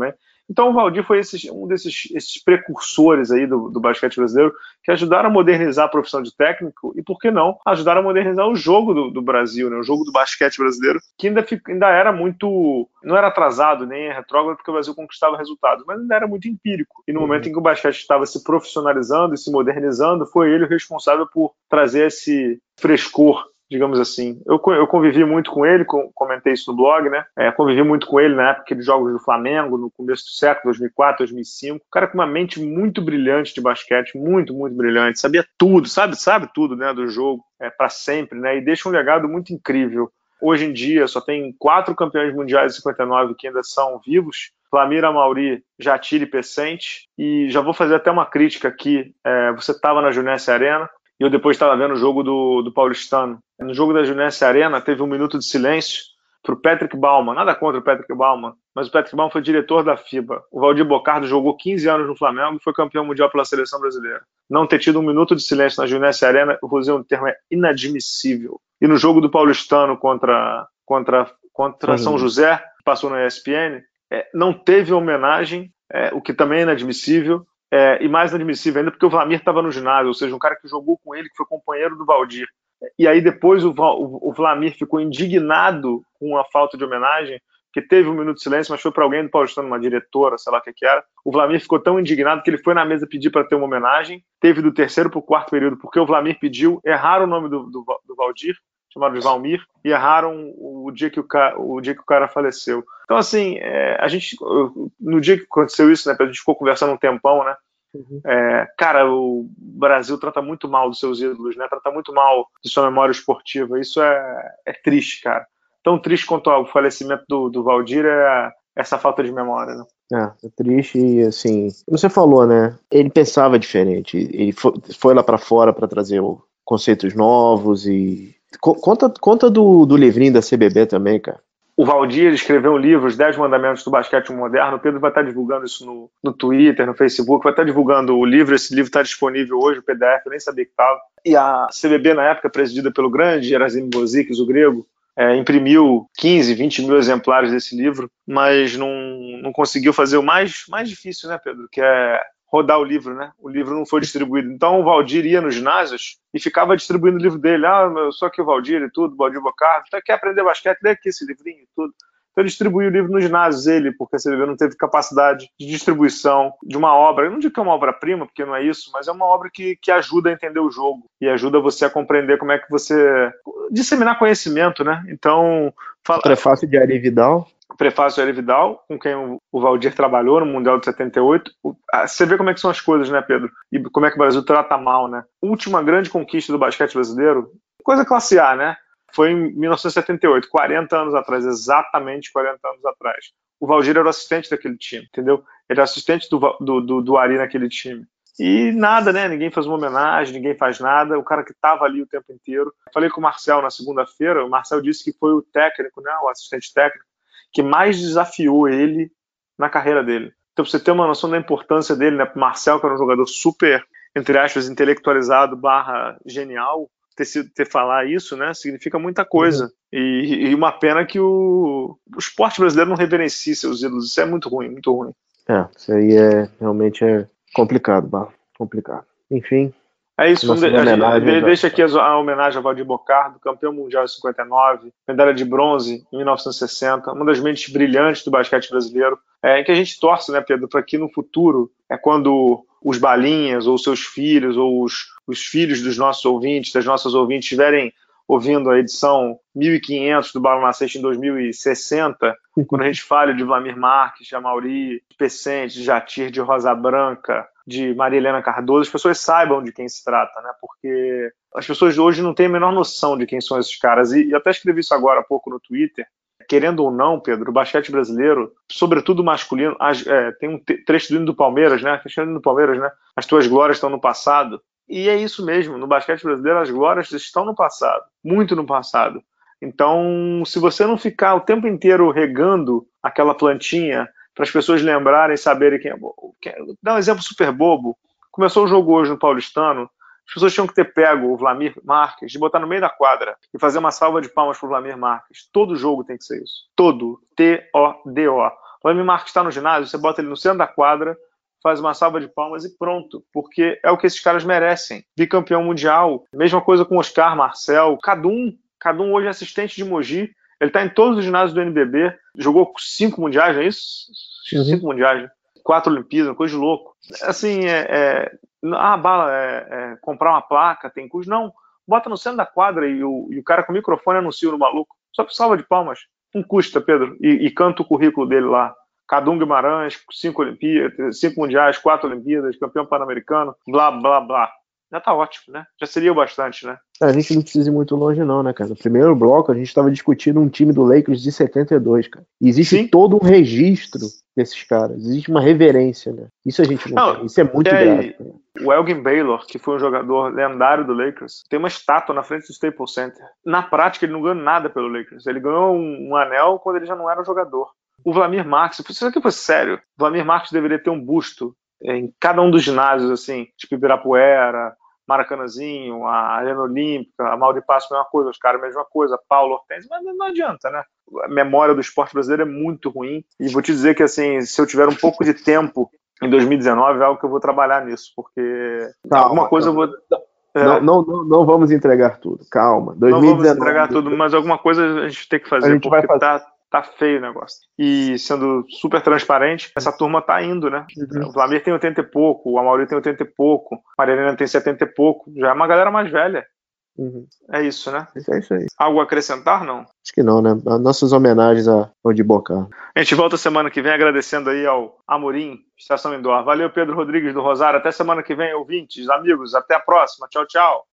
Então o Valdir foi esse, um desses esses precursores aí do, do basquete brasileiro que ajudaram a modernizar a profissão de técnico e, por que não, ajudaram a modernizar o jogo do, do Brasil, né? O jogo do basquete brasileiro, que ainda, fica, ainda era muito, não era atrasado nem retrógrado, porque o Brasil conquistava resultados, mas ainda era muito empírico. E no uhum. momento em que o basquete estava se profissionalizando e se modernizando, foi ele o responsável por trazer esse frescor, digamos assim. Eu, eu convivi muito com ele, com, comentei isso no blog, né? É, convivi muito com ele na época de jogos do Flamengo, no começo do século, dois mil e quatro, dois mil e cinco. Um cara com uma mente muito brilhante de basquete, muito, muito brilhante. Sabia tudo, sabe, sabe tudo, né, do jogo, é, para sempre, né? E deixa um legado muito incrível. Hoje em dia, só tem quatro campeões mundiais de cinquenta e nove que ainda são vivos. Flamir, Amauri, Jatiri e Pecente. E já vou fazer até uma crítica aqui. É, você estava na Junesse Arena, e eu depois estava vendo o jogo do, do Paulistano. No jogo da Junesse Arena, teve um minuto de silêncio para o Patrick Baumann. Nada contra o Patrick Baumann, mas o Patrick Baumann foi diretor da FIBA. O Valdir Bocardo jogou quinze anos no Flamengo e foi campeão mundial pela seleção brasileira. Não ter tido um minuto de silêncio na Junesse Arena, eu vou dizer um termo, é inadmissível. E no jogo do Paulistano contra, contra, contra São José, que passou na E S P N, é, não teve homenagem, é, o que também é inadmissível. É, e mais inadmissível ainda porque o Vlamir estava no ginásio, ou seja, um cara que jogou com ele, que foi companheiro do Valdir. E aí depois o, o, o Vlamir ficou indignado com a falta de homenagem, porque teve um minuto de silêncio, mas foi para alguém do Paulistano, uma diretora, sei lá o que que era. O Vlamir ficou tão indignado que ele foi na mesa pedir para ter uma homenagem, teve do terceiro para o quarto período, porque o Vlamir pediu, erraram o nome do, do, do Valdir, chamaram de Valmir, e erraram o dia que o cara, o dia que o cara faleceu. Então, assim, é, a gente, no dia que aconteceu isso, né, a gente ficou conversando um tempão, né, uhum. é, cara, o Brasil trata muito mal dos seus ídolos, né, trata muito mal de sua memória esportiva, isso é, é triste, cara. Tão triste quanto o falecimento do, do Valdir é essa falta de memória, né. É, é triste e, assim, como você falou, né, ele pensava diferente, ele foi, foi lá pra fora pra trazer o, conceitos novos e... Conta, conta do, do livrinho da C B B também, cara. O Valdir escreveu um livro, Os dez Mandamentos do Basquete Moderno. O Pedro vai estar divulgando isso no, no Twitter, no Facebook, vai estar divulgando o livro. Esse livro está disponível hoje, o P D F, eu nem sabia que estava. E a C B B, na época, presidida pelo grande Gerasim Bozikis, o grego, é, imprimiu quinze, vinte mil exemplares desse livro, mas não, não conseguiu fazer o mais, mais difícil, né, Pedro? Que é rodar o livro, né? O livro não foi distribuído. Então o Valdir ia nos ginásios e ficava distribuindo o livro dele. Ah, eu sou aqui o Valdir e tudo, Valdir Bocardo. Então, quer aprender basquete? Lê aqui esse livrinho e tudo. Então ele distribuiu o livro nos ginásios, ele, porque a C B B não teve capacidade de distribuição de uma obra. Eu não digo que é uma obra-prima, porque não é isso, mas é uma obra que, que ajuda a entender o jogo e ajuda você a compreender como é que você... disseminar conhecimento, né? Então... Fala... Prefácio de Ari Vidal. Prefácio de Ari Vidal, com quem o Valdir trabalhou no Mundial de setenta e oito. Você vê como é que são as coisas, né, Pedro? E como é que o Brasil trata mal, né? Última grande conquista do basquete brasileiro, coisa classe A, né? Foi em mil novecentos e setenta e oito, quarenta anos atrás, exatamente quarenta anos atrás. O Valdir era o assistente daquele time, entendeu? Ele era assistente do, do, do, do Ari naquele time. E nada, né? Ninguém faz uma homenagem, ninguém faz nada. O cara que estava ali o tempo inteiro. Falei com o Marcel na segunda-feira, o Marcel disse que foi o técnico, né? O assistente técnico, que mais desafiou ele na carreira dele. Então, pra você ter uma noção da importância dele, né? O Marcel, que era um jogador super, entre aspas, intelectualizado, barra genial, ter, sido, ter falar isso, né? Significa muita coisa. Uhum. E, e uma pena que o, o esporte brasileiro não reverencie seus ídolos. Isso é muito ruim, muito ruim. É, isso aí é, realmente é complicado, Barro. Complicado. Enfim... É isso, de, a gente, deixa aqui a, a homenagem a Valdir Bocardo, campeão mundial em cinquenta e nove, medalha de bronze em mil novecentos e sessenta, uma das mentes brilhantes do basquete brasileiro, é, que a gente torce, né, Pedro, para que no futuro, é quando os balinhas, ou seus filhos, ou os, os filhos dos nossos ouvintes, das nossas ouvintes, estiverem ouvindo a edição mil e quinhentos do Bala na Sexta em dois mil e sessenta, quando a gente fala de Vlamir Marques, de Amauri, de Pecente, de Jatir, de Rosa Branca, de Maria Helena Cardoso, as pessoas saibam de quem se trata, né? Porque as pessoas hoje não têm a menor noção de quem são esses caras. E, e até escrevi isso agora há pouco no Twitter. Querendo ou não, Pedro, o basquete brasileiro, sobretudo masculino, as, é, tem um trecho do hino do Palmeiras, né? Trecho do hino do Palmeiras, né? As tuas glórias estão no passado. E é isso mesmo, no basquete brasileiro as glórias estão no passado, muito no passado. Então, se você não ficar o tempo inteiro regando aquela plantinha para as pessoas lembrarem, saberem quem é... Vou dar um exemplo super bobo. Começou o jogo hoje no Paulistano, as pessoas tinham que ter pego o Vlamir Marques, de botar no meio da quadra e fazer uma salva de palmas para o Vlamir Marques. Todo jogo tem que ser isso. Todo. T O D O. Vladimir Marques está no ginásio, você bota ele no centro da quadra, faz uma salva de palmas e pronto, porque é o que esses caras merecem. Bicampeão mundial, mesma coisa com Oscar, Marcel, Kadum, Kadum hoje é assistente de Mogi, ele está em todos os ginásios do N B B, jogou cinco mundiais, não é isso? Uhum. Cinco mundiais, quatro Olimpíadas, coisa de louco. Assim, é, é, ah, Bala, é, é, comprar uma placa, tem custo, não, bota no centro da quadra e o, e o cara com o microfone anuncia no maluco, só por salva de palmas, não custa, Pedro, e, e canta o currículo dele lá. Kadum Guimarães, cinco Olimpíadas, cinco mundiais, quatro Olimpíadas, campeão pan-americano, blá, blá, blá. Já tá ótimo, né? Já seria o bastante, né? A gente não precisa ir muito longe não, né, cara? No primeiro bloco, a gente estava discutindo um time do Lakers de setenta e dois, cara. E existe Sim. todo um registro desses caras. Existe uma reverência, né? Isso a gente não, não tem. Isso é muito é, grave. Cara. O Elgin Baylor, que foi um jogador lendário do Lakers, tem uma estátua na frente do Staples Center. Na prática, ele não ganhou nada pelo Lakers. Ele ganhou um, um anel quando ele já não era um jogador. O Vladimir Marques, se isso aqui fosse sério, o Vladimir Marques deveria ter um busto em cada um dos ginásios, assim, tipo Ibirapuera, Maracanãzinho, a Arena Olímpica, a Mauri Passo, mesma coisa, os caras, mesma coisa, Paulo Hortense, mas não adianta, né? A memória do esporte brasileiro é muito ruim, e vou te dizer que, assim, se eu tiver um pouco de tempo em dois mil e dezenove, é algo que eu vou trabalhar nisso, porque calma, alguma coisa calma. eu vou... É. Não, não, não, não vamos entregar tudo, calma. dois mil e dezenove, não vamos entregar tudo, mas alguma coisa a gente tem que fazer, porque vai fazer. tá... Tá feio o negócio. E sendo super transparente, essa turma tá indo, né? Uhum. O Vladimir tem oitenta e pouco, o Amaury tem oitenta e pouco, a Maria Helena tem setenta e pouco. Já é uma galera mais velha. Uhum. É isso, né? É isso aí. Algo a acrescentar, não? Acho que não, né? Nossas homenagens ao de Boca. A gente volta semana que vem agradecendo aí ao Amorim, Estação Indoor. Valeu, Pedro Rodrigues do Rosário. Até semana que vem, ouvintes, amigos. Até a próxima. Tchau, tchau.